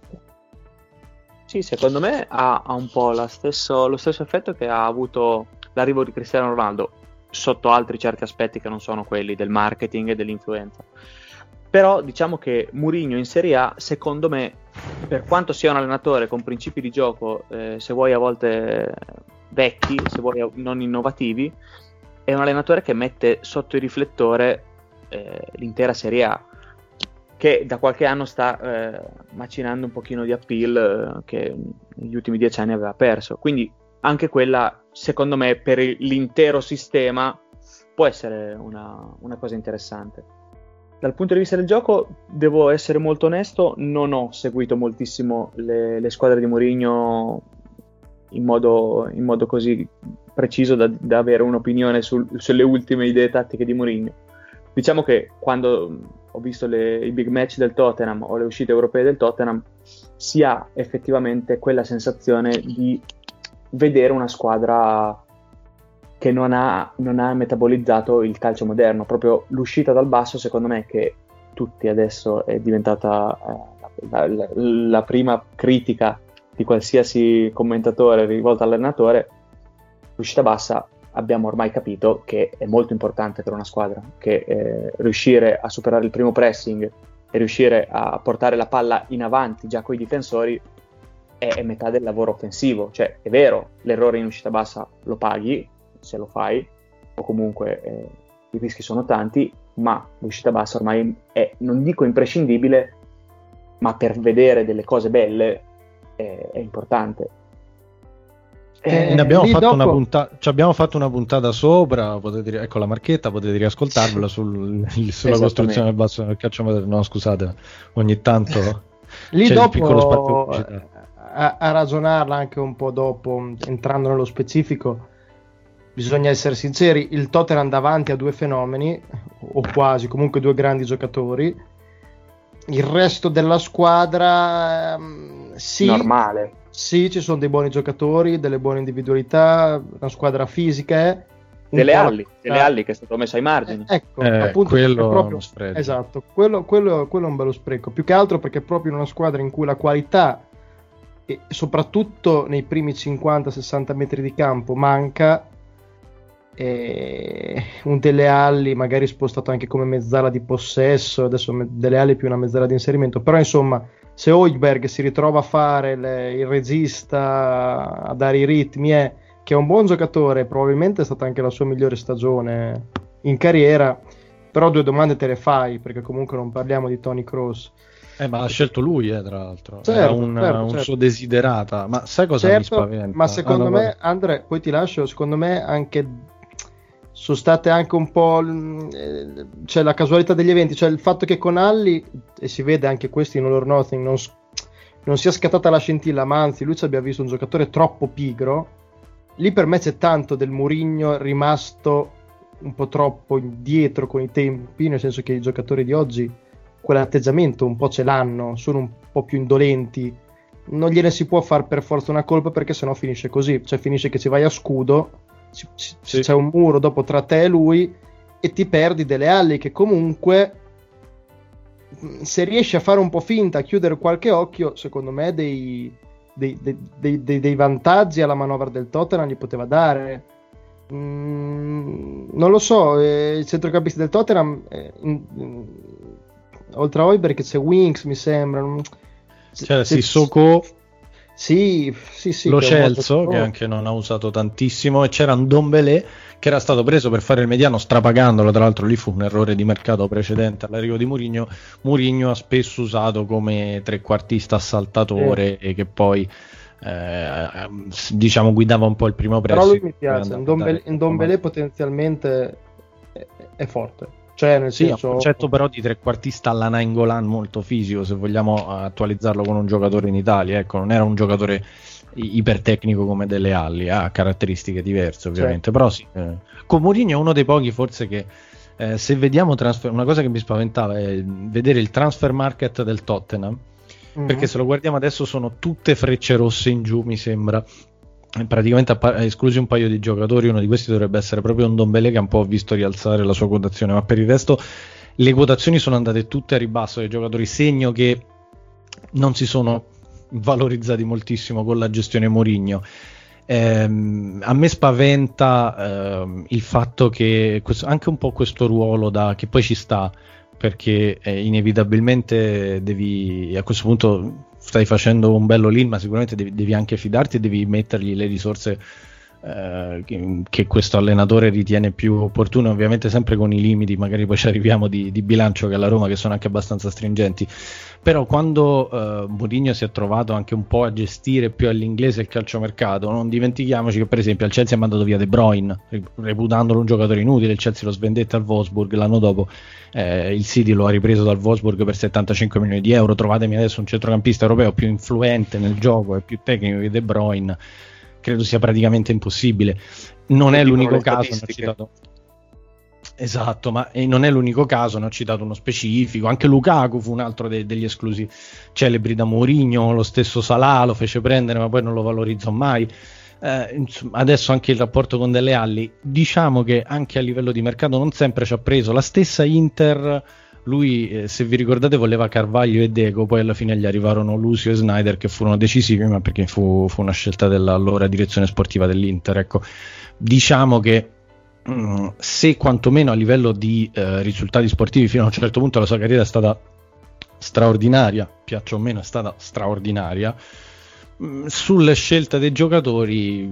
[SPEAKER 7] Sì, secondo me ha, ha un po' la stesso, lo stesso effetto che ha avuto l'arrivo di Cristiano Ronaldo sotto altri certi aspetti che non sono quelli del marketing e dell'influenza. Però diciamo che Mourinho in Serie A, secondo me, per quanto sia un allenatore con principi di gioco, eh, se vuoi a volte vecchi, se vuoi non innovativi, è un allenatore che mette sotto il riflettore eh, l'intera Serie A, che da qualche anno sta eh, macinando un pochino di appeal eh, che negli ultimi dieci anni aveva perso. Quindi anche quella, secondo me, per l'intero sistema può essere una, una cosa interessante. Dal punto di vista del gioco, devo essere molto onesto, non ho seguito moltissimo le, le squadre di Mourinho in modo, in modo così preciso da, da avere un'opinione sul, sulle ultime idee tattiche di Mourinho. Diciamo che quando ho visto le, i big match del Tottenham o le uscite europee del Tottenham, si ha effettivamente quella sensazione di vedere una squadra che non ha, non ha metabolizzato il calcio moderno. Proprio l'uscita dal basso, secondo me, che tutti adesso è diventata eh, la, la, la prima critica di qualsiasi commentatore rivolta all'allenatore. L'uscita bassa abbiamo ormai capito che è molto importante per una squadra, che eh, riuscire a superare il primo pressing e riuscire a portare la palla in avanti già coi difensori è, è metà del lavoro offensivo. Cioè, è vero, l'errore in uscita bassa lo paghi se lo fai, o comunque eh, i rischi sono tanti, ma l'uscita bassa ormai è, non dico imprescindibile, ma per vedere delle cose belle è, è importante.
[SPEAKER 6] Eh, ne abbiamo fatto dopo... una puntata, ci abbiamo fatto una puntata sopra, potete, ecco la marchetta, potete riascoltarvela sul, sulla costruzione del basso del calcio moderno. No, scusate, ogni tanto
[SPEAKER 8] lì
[SPEAKER 6] c'è
[SPEAKER 8] dopo
[SPEAKER 6] il piccolo spazio
[SPEAKER 8] a, a ragionarla anche un po' dopo, entrando nello specifico. Bisogna essere sinceri, il Tottenham davanti a due fenomeni, o quasi, comunque due grandi giocatori. Il resto della squadra, sì,
[SPEAKER 7] normale.
[SPEAKER 8] Sì, ci sono dei buoni giocatori, delle buone individualità, una squadra fisica è...
[SPEAKER 7] Delle Alli, delle Alli che è stato messo ai margini.
[SPEAKER 8] Eh, ecco,
[SPEAKER 6] eh,
[SPEAKER 8] appunto,
[SPEAKER 6] quello
[SPEAKER 8] proprio,
[SPEAKER 6] è uno spreco.
[SPEAKER 8] Esatto, quello, quello, quello è un bello spreco. Più che altro perché proprio in una squadra in cui la qualità, e soprattutto nei primi cinquanta sessanta metri di campo, manca... E un Dele Alli magari spostato anche come mezzala di possesso, adesso Dele Alli più una mezzala di inserimento, però insomma se Højbjerg si ritrova a fare le, il regista, a dare i ritmi, è che è un buon giocatore, probabilmente è stata anche la sua migliore stagione in carriera, però due domande te le fai, perché comunque non parliamo di Toni Kroos.
[SPEAKER 6] Eh, ma l'ha scelto lui, eh, tra l'altro.
[SPEAKER 8] Certo,
[SPEAKER 6] era un,
[SPEAKER 8] certo,
[SPEAKER 6] un
[SPEAKER 8] certo.
[SPEAKER 6] suo desiderata. Ma sai cosa
[SPEAKER 8] certo,
[SPEAKER 6] mi spaventa?
[SPEAKER 8] Ma secondo
[SPEAKER 6] ah, no,
[SPEAKER 8] me,
[SPEAKER 6] vabbè.
[SPEAKER 8] Andre, poi ti lascio, secondo me anche sono state anche un po' cioè la casualità degli eventi, cioè il fatto che con Alli, e si vede anche questo in All or Nothing, non, non sia scattata la scintilla, ma anzi lui ci abbia visto un giocatore troppo pigro. Lì per me c'è tanto del Mourinho rimasto un po' troppo indietro con i tempi, nel senso che i giocatori di oggi quell'atteggiamento un po' ce l'hanno, sono un po' più indolenti, non gliene si può far per forza una colpa, perché sennò finisce così, cioè finisce che ci vai a scudo, ci, ci, sì. c'è un muro dopo tra te e lui e ti perdi Dele Alli, che comunque se riesci a fare un po' finta, a chiudere qualche occhio, secondo me dei, dei, dei, dei, dei, dei vantaggi alla manovra del Tottenham gli poteva dare. Mm, non lo so, eh, il centrocampista del Tottenham eh, in, in, oltre a Højbjerg c'è Winks, mi sembra,
[SPEAKER 6] c'era Sissoko,
[SPEAKER 8] sì, sì, sì,
[SPEAKER 6] Lo
[SPEAKER 8] che
[SPEAKER 6] Celso
[SPEAKER 8] molto...
[SPEAKER 6] che anche non ha usato tantissimo, e c'era Ndombele che era stato preso per fare il mediano strapagandolo, tra l'altro lì fu un errore di mercato precedente all'arrivo di Mourinho. Mourinho ha spesso usato come trequartista assaltatore eh. e che poi eh, diciamo guidava un po' il primo pressing.
[SPEAKER 8] Però lui mi piace, Ndombele, Ndombele potenzialmente è, è forte. Cioè, nel
[SPEAKER 6] sì,
[SPEAKER 8] senso...
[SPEAKER 6] un concetto però di trequartista alla Nainggolan molto fisico, se vogliamo attualizzarlo con un giocatore in Italia. Ecco, non era un giocatore ipertecnico come Dele Alli, ha caratteristiche diverse ovviamente, certo. Però sì, eh. con Mourinho è uno dei pochi forse che eh, se vediamo transfer... una cosa che mi spaventava è vedere il transfer market del Tottenham, mm-hmm. perché se lo guardiamo adesso sono tutte frecce rosse in giù, mi sembra. Praticamente a esclusi un paio di giocatori, uno di questi dovrebbe essere proprio un Ndombele, che ha un po' visto rialzare la sua quotazione, ma per il resto le quotazioni sono andate tutte a ribasso dei giocatori, segno che non si sono valorizzati moltissimo con la gestione Mourinho. Ehm, a me spaventa ehm, il fatto che questo, anche un po' questo ruolo da, che poi ci sta, perché eh, inevitabilmente devi, a questo punto stai facendo un bello lean, ma sicuramente devi, devi anche fidarti e devi mettergli le risorse eh, che, che questo allenatore ritiene più opportune, ovviamente sempre con i limiti, magari poi ci arriviamo, di, di bilancio che alla Roma, che sono anche abbastanza stringenti. Però quando eh, Mourinho si è trovato anche un po' a gestire più all'inglese il calciomercato, non dimentichiamoci che per esempio al Chelsea è mandato via De Bruyne, reputandolo un giocatore inutile, il Chelsea lo svendette al Wolfsburg, l'anno dopo eh, il City lo ha ripreso dal Wolfsburg per settantacinque milioni di euro. Trovatemi adesso un centrocampista europeo più influente nel gioco e più tecnico di De Bruyne, credo sia praticamente impossibile. Non è l'unico caso, ne ho citato. Esatto, ma e non è l'unico caso, ne ho citato uno specifico, anche Lukaku fu un altro de- degli esclusi celebri da Mourinho, lo stesso Salah lo fece prendere ma poi non lo valorizzò mai. Eh, insomma, adesso anche il rapporto con Dele Alli, diciamo che anche a livello di mercato non sempre ci ha preso. La stessa Inter, lui eh, se vi ricordate voleva Carvalho e Deco, poi alla fine gli arrivarono Lucio e Snyder che furono decisivi, ma perché fu, fu una scelta dell'allora direzione sportiva dell'Inter. Ecco, diciamo che se quantomeno a livello di eh, risultati sportivi fino a un certo punto la sua carriera è stata straordinaria, piaccia o meno è stata straordinaria, mh, sulle scelte dei giocatori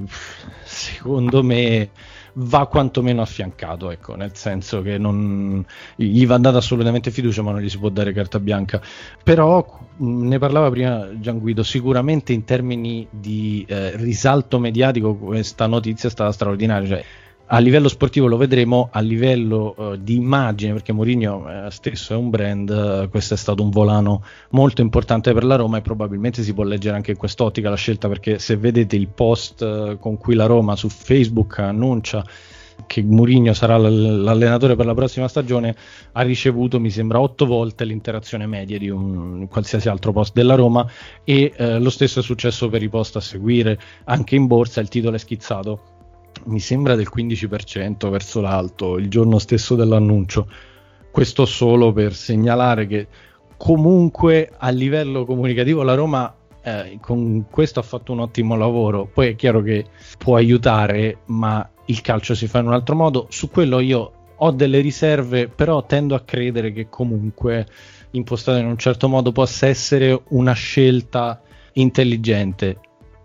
[SPEAKER 6] secondo me va quantomeno affiancato, ecco, nel senso che non gli va data assolutamente fiducia, ma non gli si può dare carta bianca. Però mh, ne parlava prima Gianguido, sicuramente in termini di eh, risalto mediatico questa notizia è stata straordinaria, cioè a livello sportivo lo vedremo, a livello uh, di immagine, perché Mourinho eh, stesso è un brand, uh, questo è stato un volano molto importante per la Roma e probabilmente si può leggere anche in quest'ottica la scelta, perché se vedete il post uh, con cui la Roma su Facebook annuncia che Mourinho sarà l- l'allenatore per la prossima stagione, ha ricevuto mi sembra otto volte l'interazione media di un qualsiasi altro post della Roma, e uh, lo stesso è successo per i post a seguire. Anche in borsa il titolo è schizzato mi sembra del quindici per cento verso l'alto il giorno stesso dell'annuncio. Questo solo per segnalare che comunque a livello comunicativo la Roma eh, con questo ha fatto un ottimo lavoro. Poi è chiaro che può aiutare, ma il calcio si fa in un altro modo. Su quello io ho delle riserve, però tendo a credere che comunque impostata in un certo modo possa essere una scelta intelligente.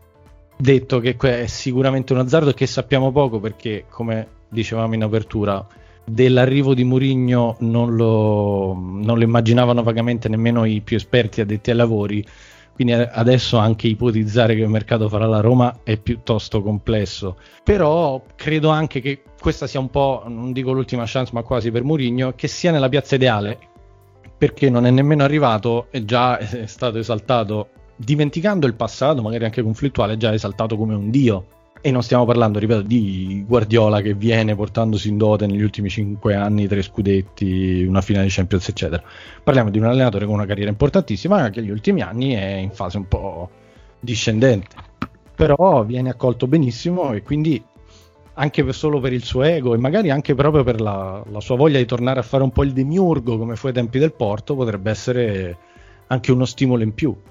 [SPEAKER 6] Detto che è sicuramente un azzardo e che sappiamo poco, perché come dicevamo in apertura dell'arrivo di Mourinho non lo, non lo immaginavano vagamente nemmeno i più esperti addetti ai lavori, quindi adesso anche ipotizzare che il mercato farà la Roma è piuttosto complesso. Però credo anche che questa sia un po', non dico l'ultima chance, ma quasi per Mourinho, che sia nella piazza ideale, perché non è nemmeno arrivato e già è stato esaltato, dimenticando il passato magari anche conflittuale, già esaltato come un dio. E non stiamo parlando, ripeto, di Guardiola che viene portandosi in dote negli ultimi cinque anni tre scudetti, una finale di Champions eccetera. Parliamo di un allenatore con una carriera importantissima che negli ultimi anni è in fase un po' discendente, però viene accolto benissimo, e quindi anche per, solo per il suo ego e magari anche proprio per la, la sua voglia di tornare a fare un po' il demiurgo come fu ai tempi del Porto, potrebbe essere anche uno stimolo in più.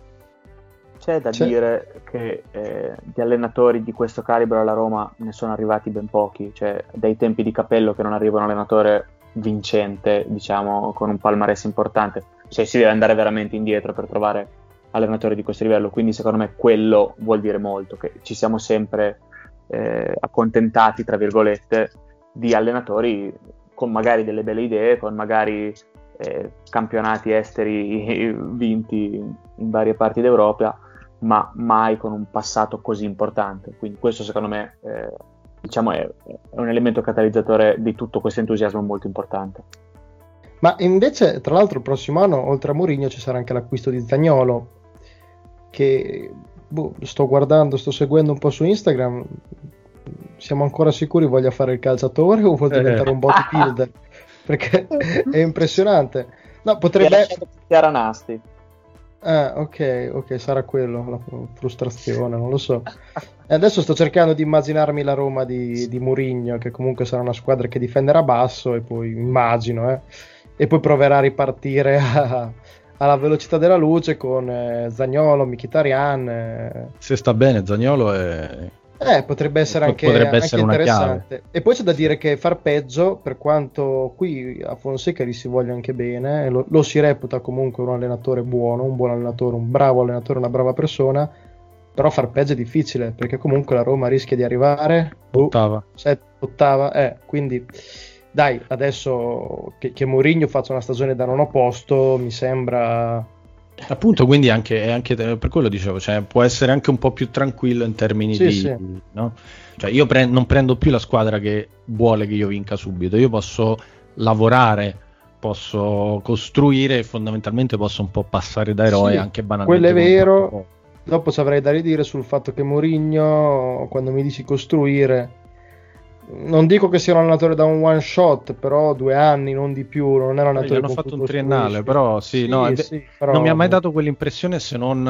[SPEAKER 7] C'è da C'è. dire che eh, di allenatori di questo calibro alla Roma ne sono arrivati ben pochi, cioè dai tempi di Capello che non arriva un allenatore vincente, diciamo, con un palmarès importante, cioè si deve andare veramente indietro per trovare allenatori di questo livello, quindi secondo me quello vuol dire molto, che ci siamo sempre eh, accontentati, tra virgolette, di allenatori con magari delle belle idee, con magari eh, campionati esteri vinti in varie parti d'Europa, ma mai con un passato così importante. Quindi questo secondo me eh, diciamo è, è un elemento catalizzatore di tutto questo entusiasmo molto importante.
[SPEAKER 8] Ma invece tra l'altro il prossimo anno oltre a Mourinho ci sarà anche l'acquisto di Zaniolo, che boh, sto guardando, sto seguendo un po' su Instagram. Siamo ancora sicuri voglia fare il calciatore o vuol diventare eh. un bodybuilder? Perché è impressionante. No, potrebbe
[SPEAKER 7] Chiara Nasti.
[SPEAKER 8] Ah, ok, ok, sarà quello, la frustrazione, non lo so. E adesso sto cercando di immaginarmi la Roma di, di Mourinho, che comunque sarà una squadra che difenderà basso, e poi immagino, eh, e poi proverà a ripartire a, alla velocità della luce con eh, Zaniolo, Mkhitaryan. Eh.
[SPEAKER 6] Se sta bene Zaniolo è
[SPEAKER 8] Eh, potrebbe essere anche,
[SPEAKER 6] potrebbe
[SPEAKER 8] anche
[SPEAKER 6] essere una
[SPEAKER 8] interessante.
[SPEAKER 6] chiave.
[SPEAKER 8] E poi c'è da dire che far peggio, per quanto qui a Fonseca gli si voglia anche bene, lo, lo si reputa comunque un allenatore buono, un buon allenatore, un bravo allenatore, una brava persona, però far peggio è difficile, perché comunque la Roma rischia di arrivare
[SPEAKER 6] ottava,
[SPEAKER 8] set, ottava eh, quindi dai, adesso che, che Mourinho faccia una stagione da nono posto mi sembra...
[SPEAKER 6] Appunto, quindi anche, è anche per quello dicevo, cioè, può essere anche un po' più tranquillo in termini
[SPEAKER 8] sì,
[SPEAKER 6] di...
[SPEAKER 8] Sì.
[SPEAKER 6] No? Cioè, io pre- non prendo più la squadra che vuole che io vinca subito, io posso lavorare, posso costruire e fondamentalmente posso un po' passare da eroe,
[SPEAKER 8] Sì,
[SPEAKER 6] anche banalmente.
[SPEAKER 8] quello è
[SPEAKER 6] con
[SPEAKER 8] vero.
[SPEAKER 6] poco.
[SPEAKER 8] Dopo ci avrei da ridire sul fatto che Mourinho, quando mi dici costruire, non dico che sia un allenatore da un one shot, però due anni, non di più, non è un allenatore.
[SPEAKER 6] Gli hanno
[SPEAKER 8] con
[SPEAKER 6] fatto
[SPEAKER 8] cui
[SPEAKER 6] un triennale,
[SPEAKER 8] costruisci.
[SPEAKER 6] però sì,
[SPEAKER 8] Sì,
[SPEAKER 6] no, è ve-
[SPEAKER 8] sì, però-
[SPEAKER 6] non mi ha mai dato quell'impressione se non,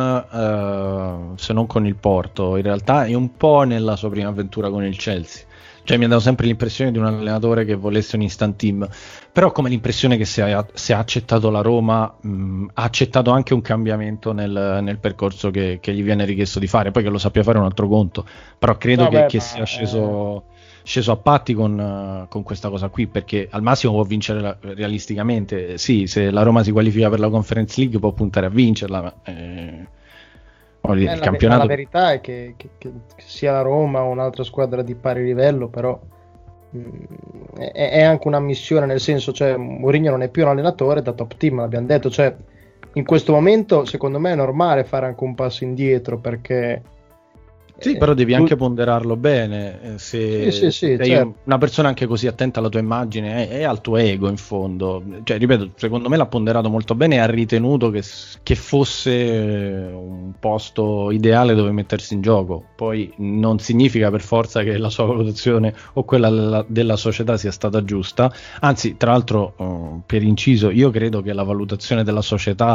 [SPEAKER 6] eh, se non con il Porto, in realtà è un po' nella sua prima avventura con il Chelsea. Cioè mi ha dato sempre l'impressione di un allenatore che volesse un instant team, però come l'impressione che se ha, se ha accettato la Roma mh, ha accettato anche un cambiamento nel, nel percorso che, che gli viene richiesto di fare, poi che lo sappia fare è un altro conto, però credo
[SPEAKER 8] No,
[SPEAKER 6] che,
[SPEAKER 8] beh,
[SPEAKER 6] che
[SPEAKER 8] ma,
[SPEAKER 6] sia sceso,
[SPEAKER 8] eh...
[SPEAKER 6] sceso a patti con, uh, con questa cosa qui, perché al massimo può vincere la, realisticamente, sì, se la Roma si qualifica per la Conference League può puntare a vincerla, ma, eh, voglio dire,
[SPEAKER 8] Eh,
[SPEAKER 6] il
[SPEAKER 8] la,
[SPEAKER 6] campionato...
[SPEAKER 8] la verità è che, che, che sia la Roma o un'altra squadra di pari livello, però mh, è, è anche una missione, nel senso, cioè Mourinho non è più un allenatore da top team, l'abbiamo detto, cioè in questo momento secondo me è normale fare anche un passo indietro, perché
[SPEAKER 6] Sì, però devi anche ponderarlo bene. eh, Se
[SPEAKER 8] Sì, sì, sì,
[SPEAKER 6] sei
[SPEAKER 8] certo.
[SPEAKER 6] una persona anche così attenta alla tua immagine e al tuo ego, in fondo. Cioè, ripeto, secondo me l'ha ponderato molto bene e ha ritenuto che, s- che fosse eh, un posto ideale dove mettersi in gioco. Poi non significa per forza che la sua valutazione o quella della, della società sia stata giusta. Anzi, tra l'altro, eh, per inciso, io credo che la valutazione della società,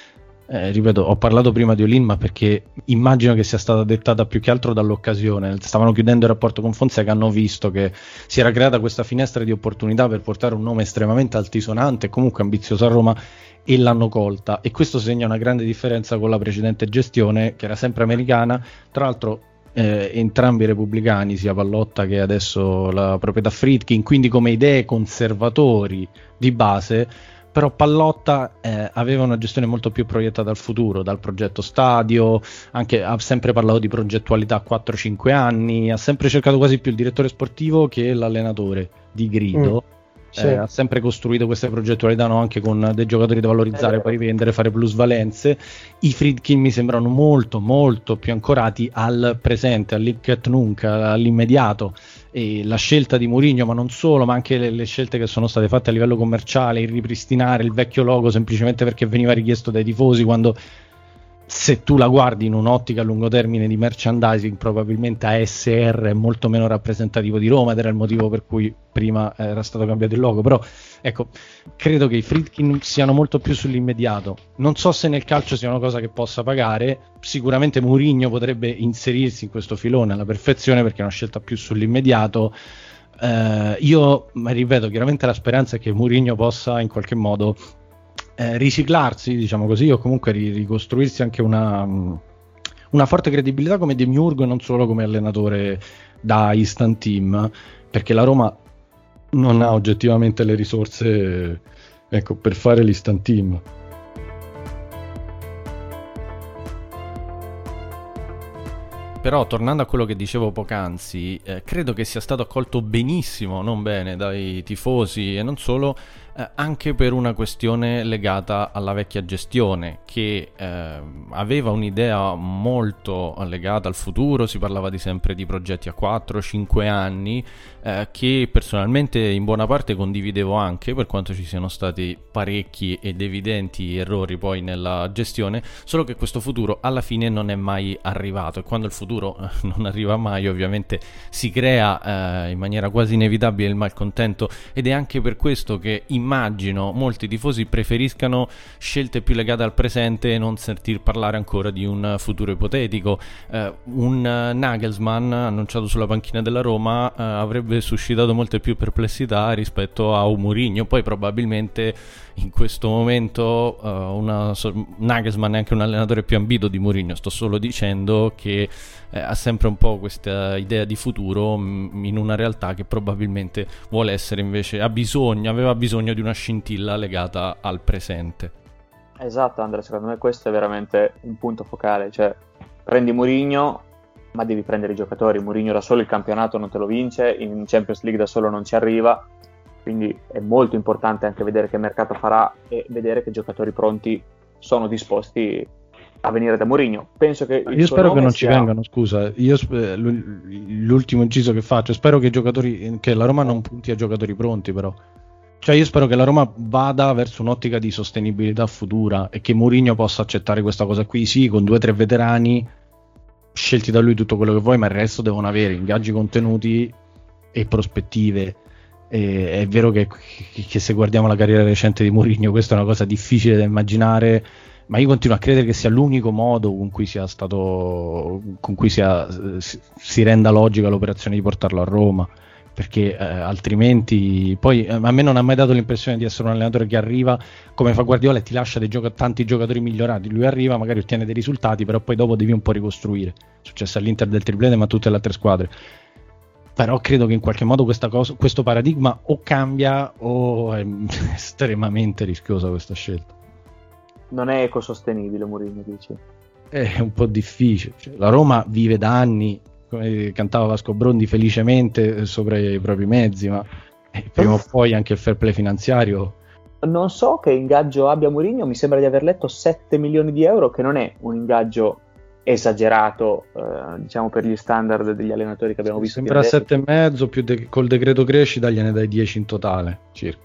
[SPEAKER 6] Eh, ripeto, ho parlato prima di Olin, ma perché immagino che sia stata dettata più che altro dall'occasione. Stavano chiudendo il rapporto con Fonseca, hanno visto che si era creata questa finestra di opportunità per portare un nome estremamente altisonante e comunque ambizioso a Roma, e l'hanno colta, e questo segna una grande differenza con la precedente gestione, che era sempre americana, tra l'altro eh, entrambi repubblicani, sia Pallotta che adesso la proprietà Friedkin, quindi come idee conservatori di base. Però Pallotta eh, aveva una gestione molto più proiettata al futuro, dal progetto stadio, anche, ha sempre parlato di progettualità a quattro cinque anni, ha sempre cercato quasi più il direttore sportivo che l'allenatore di grido.
[SPEAKER 8] Mm, sì.
[SPEAKER 6] eh, ha sempre costruito queste progettualità, no? Anche con dei giocatori da valorizzare, poi rivendere, fare plusvalenze. I Friedkin mi sembrano molto molto più ancorati al presente, all'hic et nunc, all'immediato. E la scelta di Mourinho, ma non solo, ma anche le, le scelte che sono state fatte a livello commerciale, il ripristinare il vecchio logo semplicemente perché veniva richiesto dai tifosi, quando se tu la guardi in un'ottica a lungo termine di merchandising, probabilmente A S R è molto meno rappresentativo di Roma, ed era il motivo per cui prima era stato cambiato il logo. Però ecco, credo che i Friedkin siano molto più sull'immediato. Non so se nel calcio sia una cosa che possa pagare, sicuramente Mourinho potrebbe inserirsi in questo filone alla perfezione perché è una scelta più sull'immediato. Eh, io, ma ripeto, chiaramente la speranza è che Mourinho possa in qualche modo eh, riciclarsi, diciamo così, o comunque ri- ricostruirsi anche una, una forte credibilità come demiurgo e non solo come allenatore da instant team, perché la Roma non ha oggettivamente le risorse, ecco, per fare l'instant team.
[SPEAKER 10] Però tornando a quello che dicevo poc'anzi, eh, credo che sia stato accolto benissimo, non bene, dai tifosi e non solo, eh, anche per una questione legata alla vecchia gestione, che eh, aveva un'idea molto legata al futuro. Si parlava di sempre di progetti a quattro cinque anni, eh, che personalmente in buona parte condividevo anche, per quanto ci siano stati parecchi ed evidenti errori poi nella gestione, solo che questo futuro alla fine non è mai arrivato, e quando il futuro non arriva mai ovviamente si crea eh, in maniera quasi inevitabile il malcontento, ed è anche per questo che immagino molti tifosi preferiscano scelte più legate al presente e non sentir parlare ancora di un futuro ipotetico. Eh, un uh, Nagelsmann annunciato sulla panchina della Roma uh, avrebbe suscitato molte più perplessità rispetto a un Mourinho. Poi probabilmente in questo momento uh, una, Nagelsmann è anche un allenatore più ambito di Mourinho. Sto solo dicendo che eh, ha sempre un po' questa idea di futuro mh, in una realtà che probabilmente vuole essere invece, ha bisogno, aveva bisogno di una scintilla legata al presente.
[SPEAKER 7] Esatto, Andrea, secondo me questo è veramente un punto focale, cioè prendi Mourinho ma devi prendere i giocatori. Mourinho da solo il campionato non te lo vince, in Champions League da solo non ci arriva, quindi è molto importante anche vedere che mercato farà e vedere che giocatori pronti sono disposti a venire da Mourinho. Penso che il
[SPEAKER 6] io
[SPEAKER 7] suo
[SPEAKER 6] spero che non
[SPEAKER 7] sia...
[SPEAKER 6] ci vengano, scusa, io sp- l'ultimo inciso che faccio, spero che i giocatori, che la Roma non punti a giocatori pronti, però cioè io spero che la Roma vada verso un'ottica di sostenibilità futura e che Mourinho possa accettare questa cosa qui, sì, con due o tre veterani scelti da lui, tutto quello che vuoi, ma il resto devono avere ingaggi contenuti e prospettive. E, è vero che, che, che se guardiamo la carriera recente di Mourinho questa è una cosa difficile da immaginare, ma io continuo a credere che sia l'unico modo con cui sia stato con cui sia, si, si renda logica l'operazione di portarlo a Roma, perché eh, altrimenti poi eh, a me non ha mai dato l'impressione di essere un allenatore che arriva come fa Guardiola e ti lascia dei gioca- tanti giocatori migliorati. Lui arriva, magari ottiene dei risultati, però poi dopo devi un po' ricostruire. È successo all'Inter del triplete, ma a tutte le altre squadre. Però credo che in qualche modo questa cosa, questo paradigma o cambia o è estremamente rischiosa questa scelta.
[SPEAKER 7] Non è ecosostenibile Mourinho, dici?
[SPEAKER 6] È un po' difficile, cioè, la Roma vive da anni, come cantava Vasco Brondi, felicemente sopra i propri mezzi, ma eh, prima o poi anche il fair play finanziario.
[SPEAKER 7] Non so che ingaggio abbia Mourinho, mi sembra di aver letto sette milioni di euro, che non è un ingaggio esagerato, eh, diciamo, per gli standard degli allenatori che abbiamo visto.
[SPEAKER 6] Sembra sette e mezzo, più de- col decreto crescita gliene dai dieci in totale circa.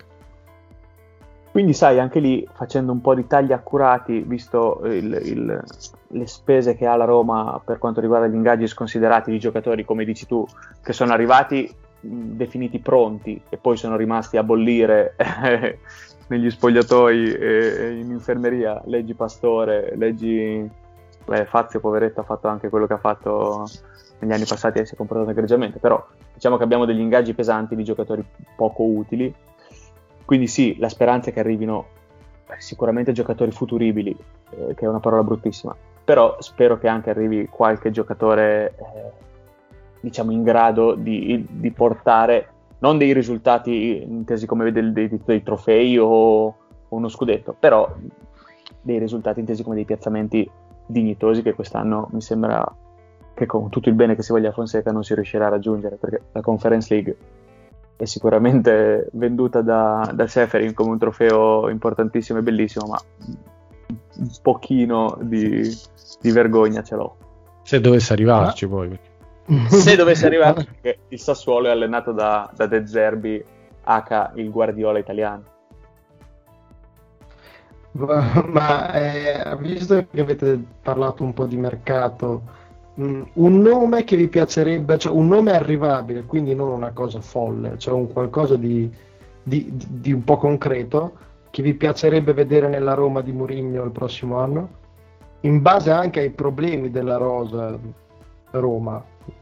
[SPEAKER 7] Quindi sai, anche lì facendo un po' di tagli accurati, visto il, il, le spese che ha la Roma per quanto riguarda gli ingaggi sconsiderati di giocatori, come dici tu, che sono arrivati mh, definiti pronti e poi sono rimasti a bollire eh, negli spogliatoi e in infermeria, leggi Pastore, leggi beh, Fazio, poveretto, ha fatto anche quello che ha fatto negli anni passati e si è comportato egregiamente, però diciamo che abbiamo degli ingaggi pesanti di giocatori poco utili. Quindi sì, la speranza è che arrivino eh, sicuramente giocatori futuribili, eh, che è una parola bruttissima, però spero che anche arrivi qualche giocatore eh, diciamo in grado di, di portare non dei risultati intesi come dei, dei, dei trofei o, o uno scudetto, però dei risultati intesi come dei piazzamenti dignitosi, che quest'anno mi sembra che con tutto il bene che si voglia a Fonseca non si riuscirà a raggiungere, perché la Conference League è sicuramente venduta da, da Seferin come un trofeo importantissimo e bellissimo, ma un pochino di, di vergogna ce l'ho.
[SPEAKER 6] Se dovesse arrivarci ah. poi.
[SPEAKER 7] Se dovesse arrivarci, perché il Sassuolo è allenato da, da De Zerbi, aka il Guardiola italiano.
[SPEAKER 8] Ma eh, visto che avete parlato un po' di mercato, un nome che vi piacerebbe, cioè un nome arrivabile, quindi non una cosa folle, cioè un qualcosa di, di, di un po' concreto che vi piacerebbe vedere nella Roma di Mourinho il prossimo anno, in base anche ai problemi della rosa Roma.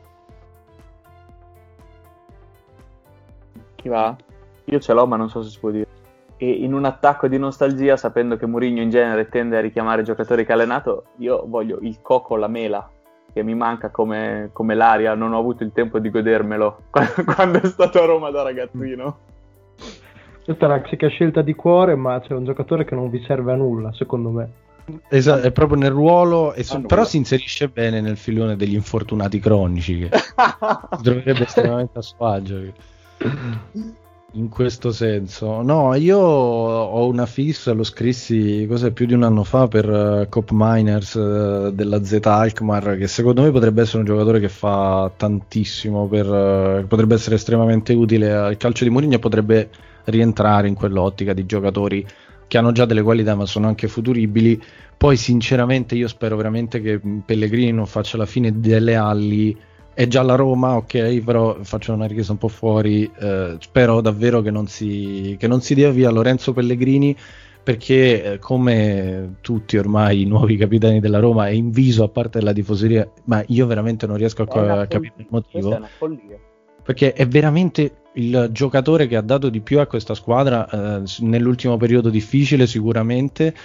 [SPEAKER 7] Chi va? Io ce l'ho, ma non so se si può dire. E in un attacco di nostalgia, sapendo che Mourinho in genere tende a richiamare giocatori che ha allenato, io voglio il Coco Lamela, che mi manca come, come l'aria, non ho avuto il tempo di godermelo quando è stato a Roma da ragazzino.
[SPEAKER 8] Questa è una classica scelta di cuore, ma c'è un giocatore che non vi serve a nulla, secondo me.
[SPEAKER 6] Esatto, è proprio nel ruolo, e so, però si inserisce bene nel filone degli infortunati cronici, che si troverebbe estremamente a suo agio in questo senso. No, io ho una fissa, lo scrissi cos'è, più di un anno fa per uh, Cop Miners uh, della Z Alkmaar, che secondo me potrebbe essere un giocatore che fa tantissimo per, uh, potrebbe essere estremamente utile al calcio di Mourinho e potrebbe rientrare in quell'ottica di giocatori che hanno già delle qualità ma sono anche futuribili. Poi sinceramente io spero veramente che Pellegrini non faccia la fine delle Alli. È già la Roma, ok, però faccio una richiesta un po' fuori, eh, spero davvero che non si che non si dia via Lorenzo Pellegrini, perché eh, come tutti ormai i nuovi capitani della Roma è inviso a parte della tifoseria, ma io veramente non riesco a, ca- a capire il motivo.
[SPEAKER 7] Questa è una follia.
[SPEAKER 6] Perché è veramente il giocatore che ha dato di più a questa squadra eh, nell'ultimo periodo difficile sicuramente,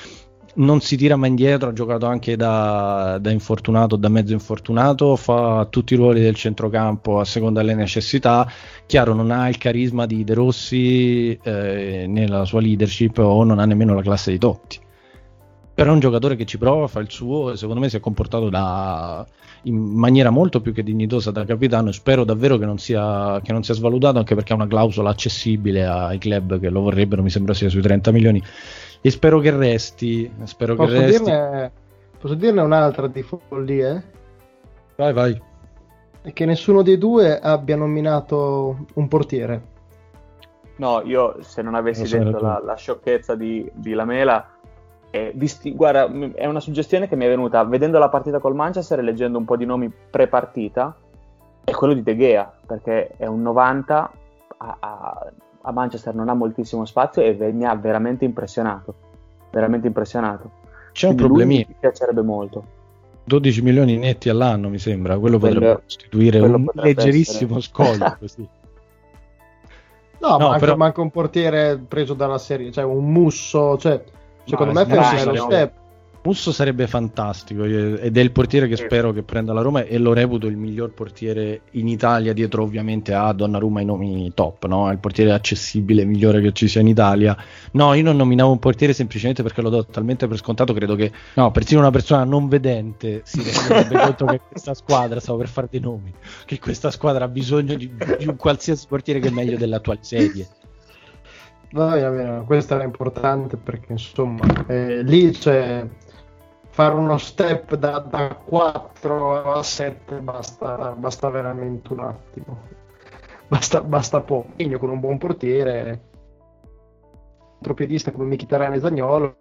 [SPEAKER 6] non si tira mai indietro, ha giocato anche da, da infortunato, da mezzo infortunato, fa tutti i ruoli del centrocampo a seconda delle necessità. Chiaro, non ha il carisma di De Rossi eh, nella sua leadership, o non ha nemmeno la classe di Totti, però è un giocatore che ci prova, fa il suo, e secondo me si è comportato da, in maniera molto più che dignitosa da capitano, e spero davvero che non sia, che non sia svalutato, anche perché ha una clausola accessibile ai club che lo vorrebbero, mi sembra sia sui trenta milioni, e spero che resti. Spero
[SPEAKER 8] Posso,
[SPEAKER 6] che resti.
[SPEAKER 8] Dirne, posso dirne un'altra di follie?
[SPEAKER 6] Vai, vai.
[SPEAKER 8] È che nessuno dei due abbia nominato un portiere.
[SPEAKER 7] No, io se non avessi
[SPEAKER 6] Lo so,
[SPEAKER 7] detto
[SPEAKER 6] tu.
[SPEAKER 7] la, la sciocchezza di, di Lamela, eh, visti, guarda, m- è una suggestione che mi è venuta vedendo la partita col Manchester e leggendo un po' di nomi pre-partita, è quello di De Gea, perché è un novanta, a, a, a Manchester non ha moltissimo spazio e ve- mi ha veramente impressionato, veramente impressionato.
[SPEAKER 6] C'è un
[SPEAKER 7] Quindi lui
[SPEAKER 6] problemino.
[SPEAKER 7] mi piacerebbe molto.
[SPEAKER 6] dodici milioni netti all'anno, mi sembra. Quello,
[SPEAKER 7] Quello-
[SPEAKER 6] potrebbe costituire
[SPEAKER 7] quello
[SPEAKER 6] un
[SPEAKER 7] potrebbe
[SPEAKER 6] leggerissimo
[SPEAKER 7] essere.
[SPEAKER 6] scoglio. Così.
[SPEAKER 8] No,
[SPEAKER 6] No,
[SPEAKER 8] ma anche,
[SPEAKER 6] però-
[SPEAKER 8] ma anche un portiere preso dalla serie, cioè un Musso, cioè, secondo
[SPEAKER 6] No,
[SPEAKER 8] me
[SPEAKER 6] Musso
[SPEAKER 8] forse è lo
[SPEAKER 6] sarebbe-
[SPEAKER 8] step.
[SPEAKER 6] Musso sarebbe fantastico, io- ed è il portiere che
[SPEAKER 7] Sì.
[SPEAKER 6] spero che prenda la Roma, e lo reputo il miglior portiere in Italia, dietro ovviamente a Donnarumma, i nomi top, no? È il portiere accessibile migliore che ci sia in Italia. No, io non nominavo un portiere semplicemente perché lo do talmente per scontato, credo che no, persino una persona non vedente si renderebbe conto che questa squadra, stavo per fare dei nomi, che questa squadra ha bisogno di, di un qualsiasi portiere che è meglio delle attuali sedie.
[SPEAKER 8] Va bene, va bene, questo era importante perché insomma eh, lì c'è fare uno step da, da quattro a sette basta, basta veramente un attimo, basta, basta poco. Quindi con un buon portiere, contropiedista come Mkhitaryan e Zaniolo,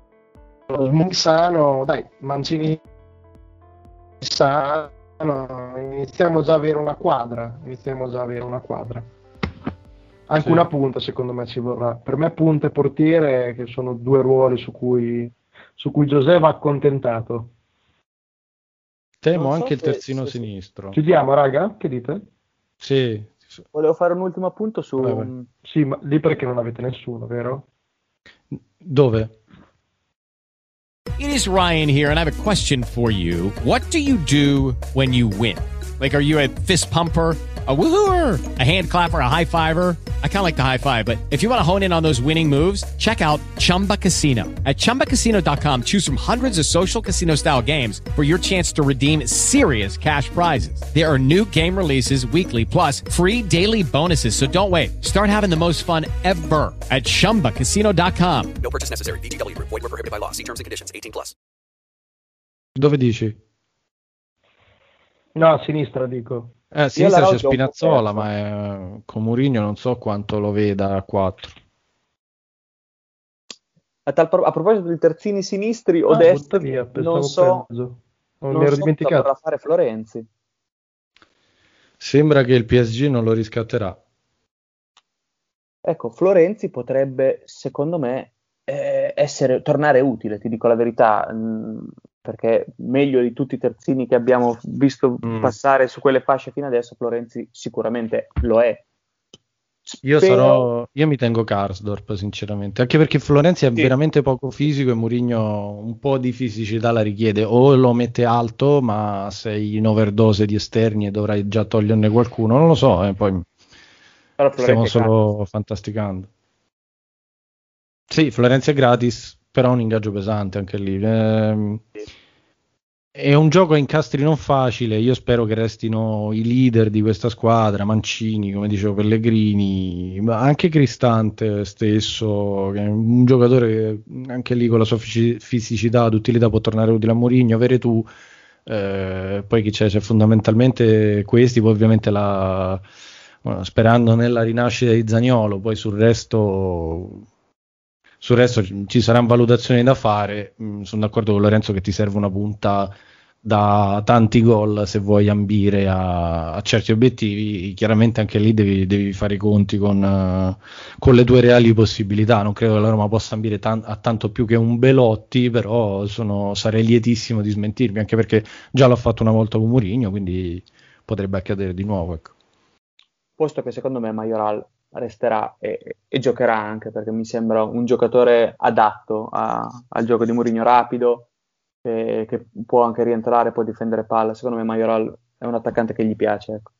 [SPEAKER 8] sano, dai, Mancini sano, iniziamo già a avere una quadra, iniziamo già a avere una quadra. Anche
[SPEAKER 6] Sì.
[SPEAKER 8] una punta secondo me ci vorrà. Per me punta e portiere, che sono due ruoli su cui, su cui Giuseppe va accontentato.
[SPEAKER 6] Temo
[SPEAKER 7] Non so
[SPEAKER 6] anche il
[SPEAKER 7] se-
[SPEAKER 6] terzino
[SPEAKER 7] se-
[SPEAKER 6] sinistro.
[SPEAKER 8] Chiudiamo, raga? Che dite?
[SPEAKER 6] Sì.
[SPEAKER 7] Volevo fare un ultimo appunto su...
[SPEAKER 6] Vai, vai.
[SPEAKER 8] Sì, ma lì perché non avete nessuno, vero?
[SPEAKER 6] Dove?
[SPEAKER 1] It is Ryan here, and I have a question for you. What do you do when you win? Like, are you a fist pumper, a woohooer, a hand clapper, a high fiver? I kind of like the high five, but if you want to hone in on those winning moves, check out Chumba Casino. At chumba casino dot com, choose from hundreds of social casino style games for your chance to redeem serious cash prizes. There are new game releases weekly, plus free daily bonuses. So don't wait. Start having the most fun ever at chumba casino dot com.
[SPEAKER 2] No purchase necessary. V G W Group. Void where prohibited by law. See terms and conditions. eighteen plus.
[SPEAKER 6] Dove dici?
[SPEAKER 8] No, a sinistra dico.
[SPEAKER 6] Eh, a
[SPEAKER 7] Io
[SPEAKER 6] sinistra
[SPEAKER 7] la
[SPEAKER 6] c'è
[SPEAKER 7] Rocca ho un po'
[SPEAKER 6] Spinazzola,
[SPEAKER 7] perso.
[SPEAKER 6] ma è, con Mourinho non so quanto lo veda a quattro.
[SPEAKER 7] A, tal pro- a proposito di terzini sinistri o
[SPEAKER 8] Ah, butta
[SPEAKER 7] destri,
[SPEAKER 8] via, pensavo
[SPEAKER 7] non so,
[SPEAKER 8] peggio. Non,
[SPEAKER 7] non
[SPEAKER 8] mi ero
[SPEAKER 7] so cosa
[SPEAKER 8] dimenticato.
[SPEAKER 7] vorrà fare Florenzi.
[SPEAKER 6] Sembra che il P S G non lo riscatterà.
[SPEAKER 7] Ecco, Florenzi potrebbe, secondo me, eh, essere, tornare utile, ti dico la verità, mh, perché meglio di tutti i terzini che abbiamo visto
[SPEAKER 6] Mm.
[SPEAKER 7] passare su quelle fasce fino adesso, Florenzi sicuramente lo è.
[SPEAKER 6] Io,
[SPEAKER 7] Spero-
[SPEAKER 6] sarò, io mi tengo Karsdorp, sinceramente, anche perché Florenzi è
[SPEAKER 7] Sì.
[SPEAKER 6] veramente poco fisico e Mourinho un po' di fisicità la richiede, o lo mette alto, ma sei in overdose di esterni e dovrai già toglierne qualcuno, non lo so, eh, poi
[SPEAKER 7] Però
[SPEAKER 6] stiamo
[SPEAKER 7] Florenzi è
[SPEAKER 6] solo fantasticando. Sì, Florenzi è gratis, però ha un ingaggio pesante anche lì. Ehm, È un gioco a incastri non facile. Io spero che restino i leader di questa squadra, Mancini, come dicevo, Pellegrini, ma anche Cristante stesso, che è un giocatore che anche lì con la sua fisi- fisicità, d'utilità, può tornare utile a Mourinho. Avere tu, eh, poi chi c'è? C'è fondamentalmente questi, poi ovviamente la, bueno, sperando nella rinascita di Zaniolo, poi sul resto... Sul resto ci saranno valutazioni da fare. Mm, sono d'accordo con Lorenzo che ti serve una punta da tanti gol se vuoi ambire a, a certi obiettivi. Chiaramente anche lì devi, devi fare i conti con, eh, con le tue reali possibilità. Non credo che la Roma possa ambire tan- a tanto più che un Belotti, però sono, sarei lietissimo di smentirmi, anche perché già l'ho fatto una volta con Mourinho, quindi potrebbe accadere di nuovo. Ecco.
[SPEAKER 7] posto che secondo me Majoral resterà e, e giocherà anche, perché mi sembra un giocatore adatto a, al gioco di Mourinho, rapido, che, che può anche rientrare, può difendere palla. Secondo me Majoral è un attaccante che gli piace, ecco.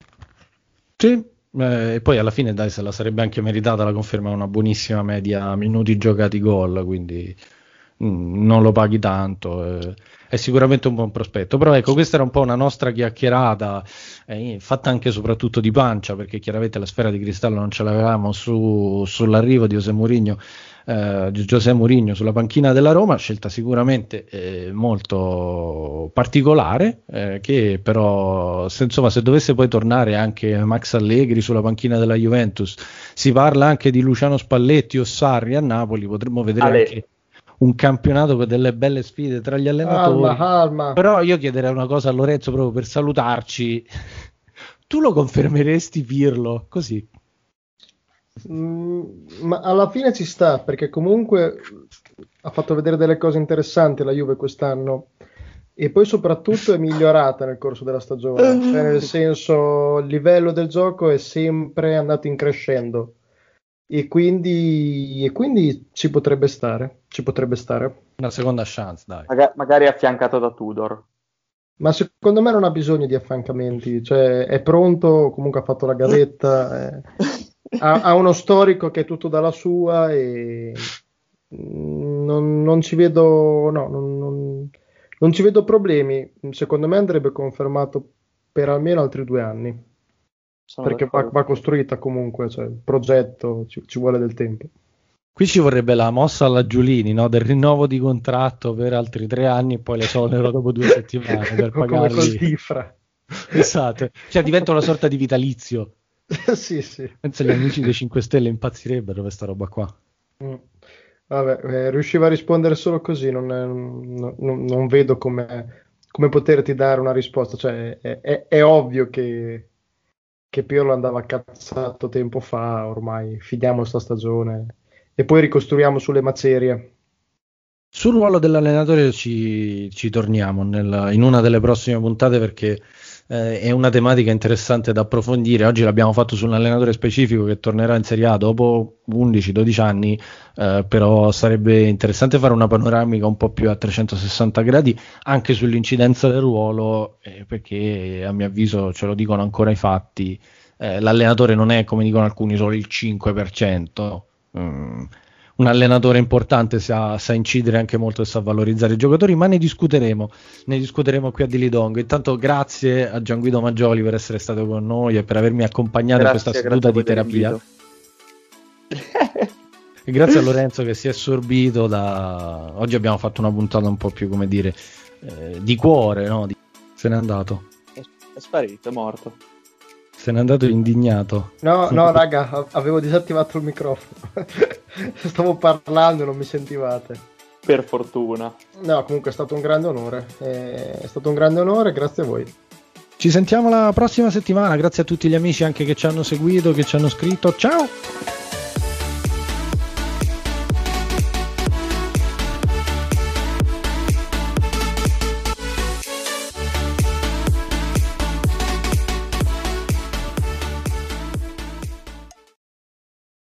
[SPEAKER 6] Sì, eh, e poi alla fine dai, se la sarebbe anche meritata la conferma, una buonissima media minuti giocati, gol, quindi mh, non lo paghi tanto, eh, è sicuramente un buon prospetto. Però ecco, questa era un po' una nostra chiacchierata, eh, fatta anche e soprattutto di pancia, perché chiaramente la sfera di cristallo non ce l'avevamo su, sull'arrivo di José Mourinho, eh, José Mourinho sulla panchina della Roma, scelta sicuramente eh, molto particolare, eh, che però se, insomma, se dovesse poi tornare anche Max Allegri sulla panchina della Juventus, si parla anche di Luciano Spalletti o Sarri a Napoli, potremmo vedere Ale. anche un campionato con delle belle sfide tra gli allenatori.
[SPEAKER 8] Calma, calma.
[SPEAKER 6] Però io chiederei una cosa a Lorenzo proprio per salutarci: tu lo confermeresti Pirlo così?
[SPEAKER 8] Mm, ma alla fine ci sta, perché comunque ha fatto vedere delle cose interessanti la Juve quest'anno, e poi soprattutto è migliorata nel corso della stagione, cioè, nel senso, il livello del gioco è sempre andato in crescendo, e quindi, e quindi ci potrebbe stare ci potrebbe stare
[SPEAKER 6] una seconda chance, dai.
[SPEAKER 7] Maga- magari affiancato da Tudor.
[SPEAKER 8] Ma secondo me non ha bisogno di affiancamenti, cioè è pronto, comunque ha fatto la gavetta, è... ha, ha uno storico che è tutto dalla sua, e non, non ci vedo no, non, non, non ci vedo problemi. Secondo me andrebbe confermato per almeno altri due anni. Sono perché va, va costruita comunque, cioè il progetto ci, ci vuole del tempo.
[SPEAKER 6] Qui ci vorrebbe la mossa alla Giulini, no? Del rinnovo di contratto per altri tre anni e poi l'esonero dopo due settimane per pagarli.
[SPEAKER 8] Come col Tifra.
[SPEAKER 6] Esatto, cioè diventa una sorta di vitalizio.
[SPEAKER 8] Sì, sì.
[SPEAKER 6] Penso gli amici dei cinque Stelle impazzirebbero per sta roba qua.
[SPEAKER 8] Mm. Vabbè, eh, riusciva a rispondere solo così, non, è, non, non vedo come, come poterti dare una risposta. Cioè è, è, è ovvio che che Pirlo andava cazzato tempo fa, ormai fidiamo sta stagione e poi ricostruiamo sulle macerie.
[SPEAKER 6] Sul ruolo dell'allenatore ci, ci torniamo nel, in una delle prossime puntate, perché eh, è una tematica interessante da approfondire. Oggi l'abbiamo fatto su un allenatore specifico che tornerà in Serie A dopo undici dodici anni, eh, però sarebbe interessante fare una panoramica un po' più a trecentosessanta gradi anche sull'incidenza del ruolo, eh, perché a mio avviso, ce lo dicono ancora i fatti, eh, l'allenatore non è, come dicono alcuni, solo il cinque per cento. Mm. Un allenatore importante sa, sa incidere anche molto e sa valorizzare i giocatori, ma ne discuteremo, ne discuteremo qui a Dilidongo. Intanto grazie a Gianguido Maggioli per essere stato con noi e per avermi accompagnato grazie, in questa seduta di terapia. E grazie a Lorenzo che si è assorbito da... Oggi abbiamo fatto una puntata un po' più, come dire, eh, di cuore, no? Di... Se n'è andato.
[SPEAKER 7] È sparito, è morto.
[SPEAKER 6] Se n'è andato indignato.
[SPEAKER 8] No, no, raga, avevo disattivato il microfono. Stavo parlando e non mi sentivate.
[SPEAKER 7] Per fortuna.
[SPEAKER 8] No, comunque è stato un grande onore. È stato un grande onore, grazie a voi.
[SPEAKER 6] Ci sentiamo la prossima settimana. Grazie a tutti gli amici anche che ci hanno seguito, che ci hanno scritto. Ciao!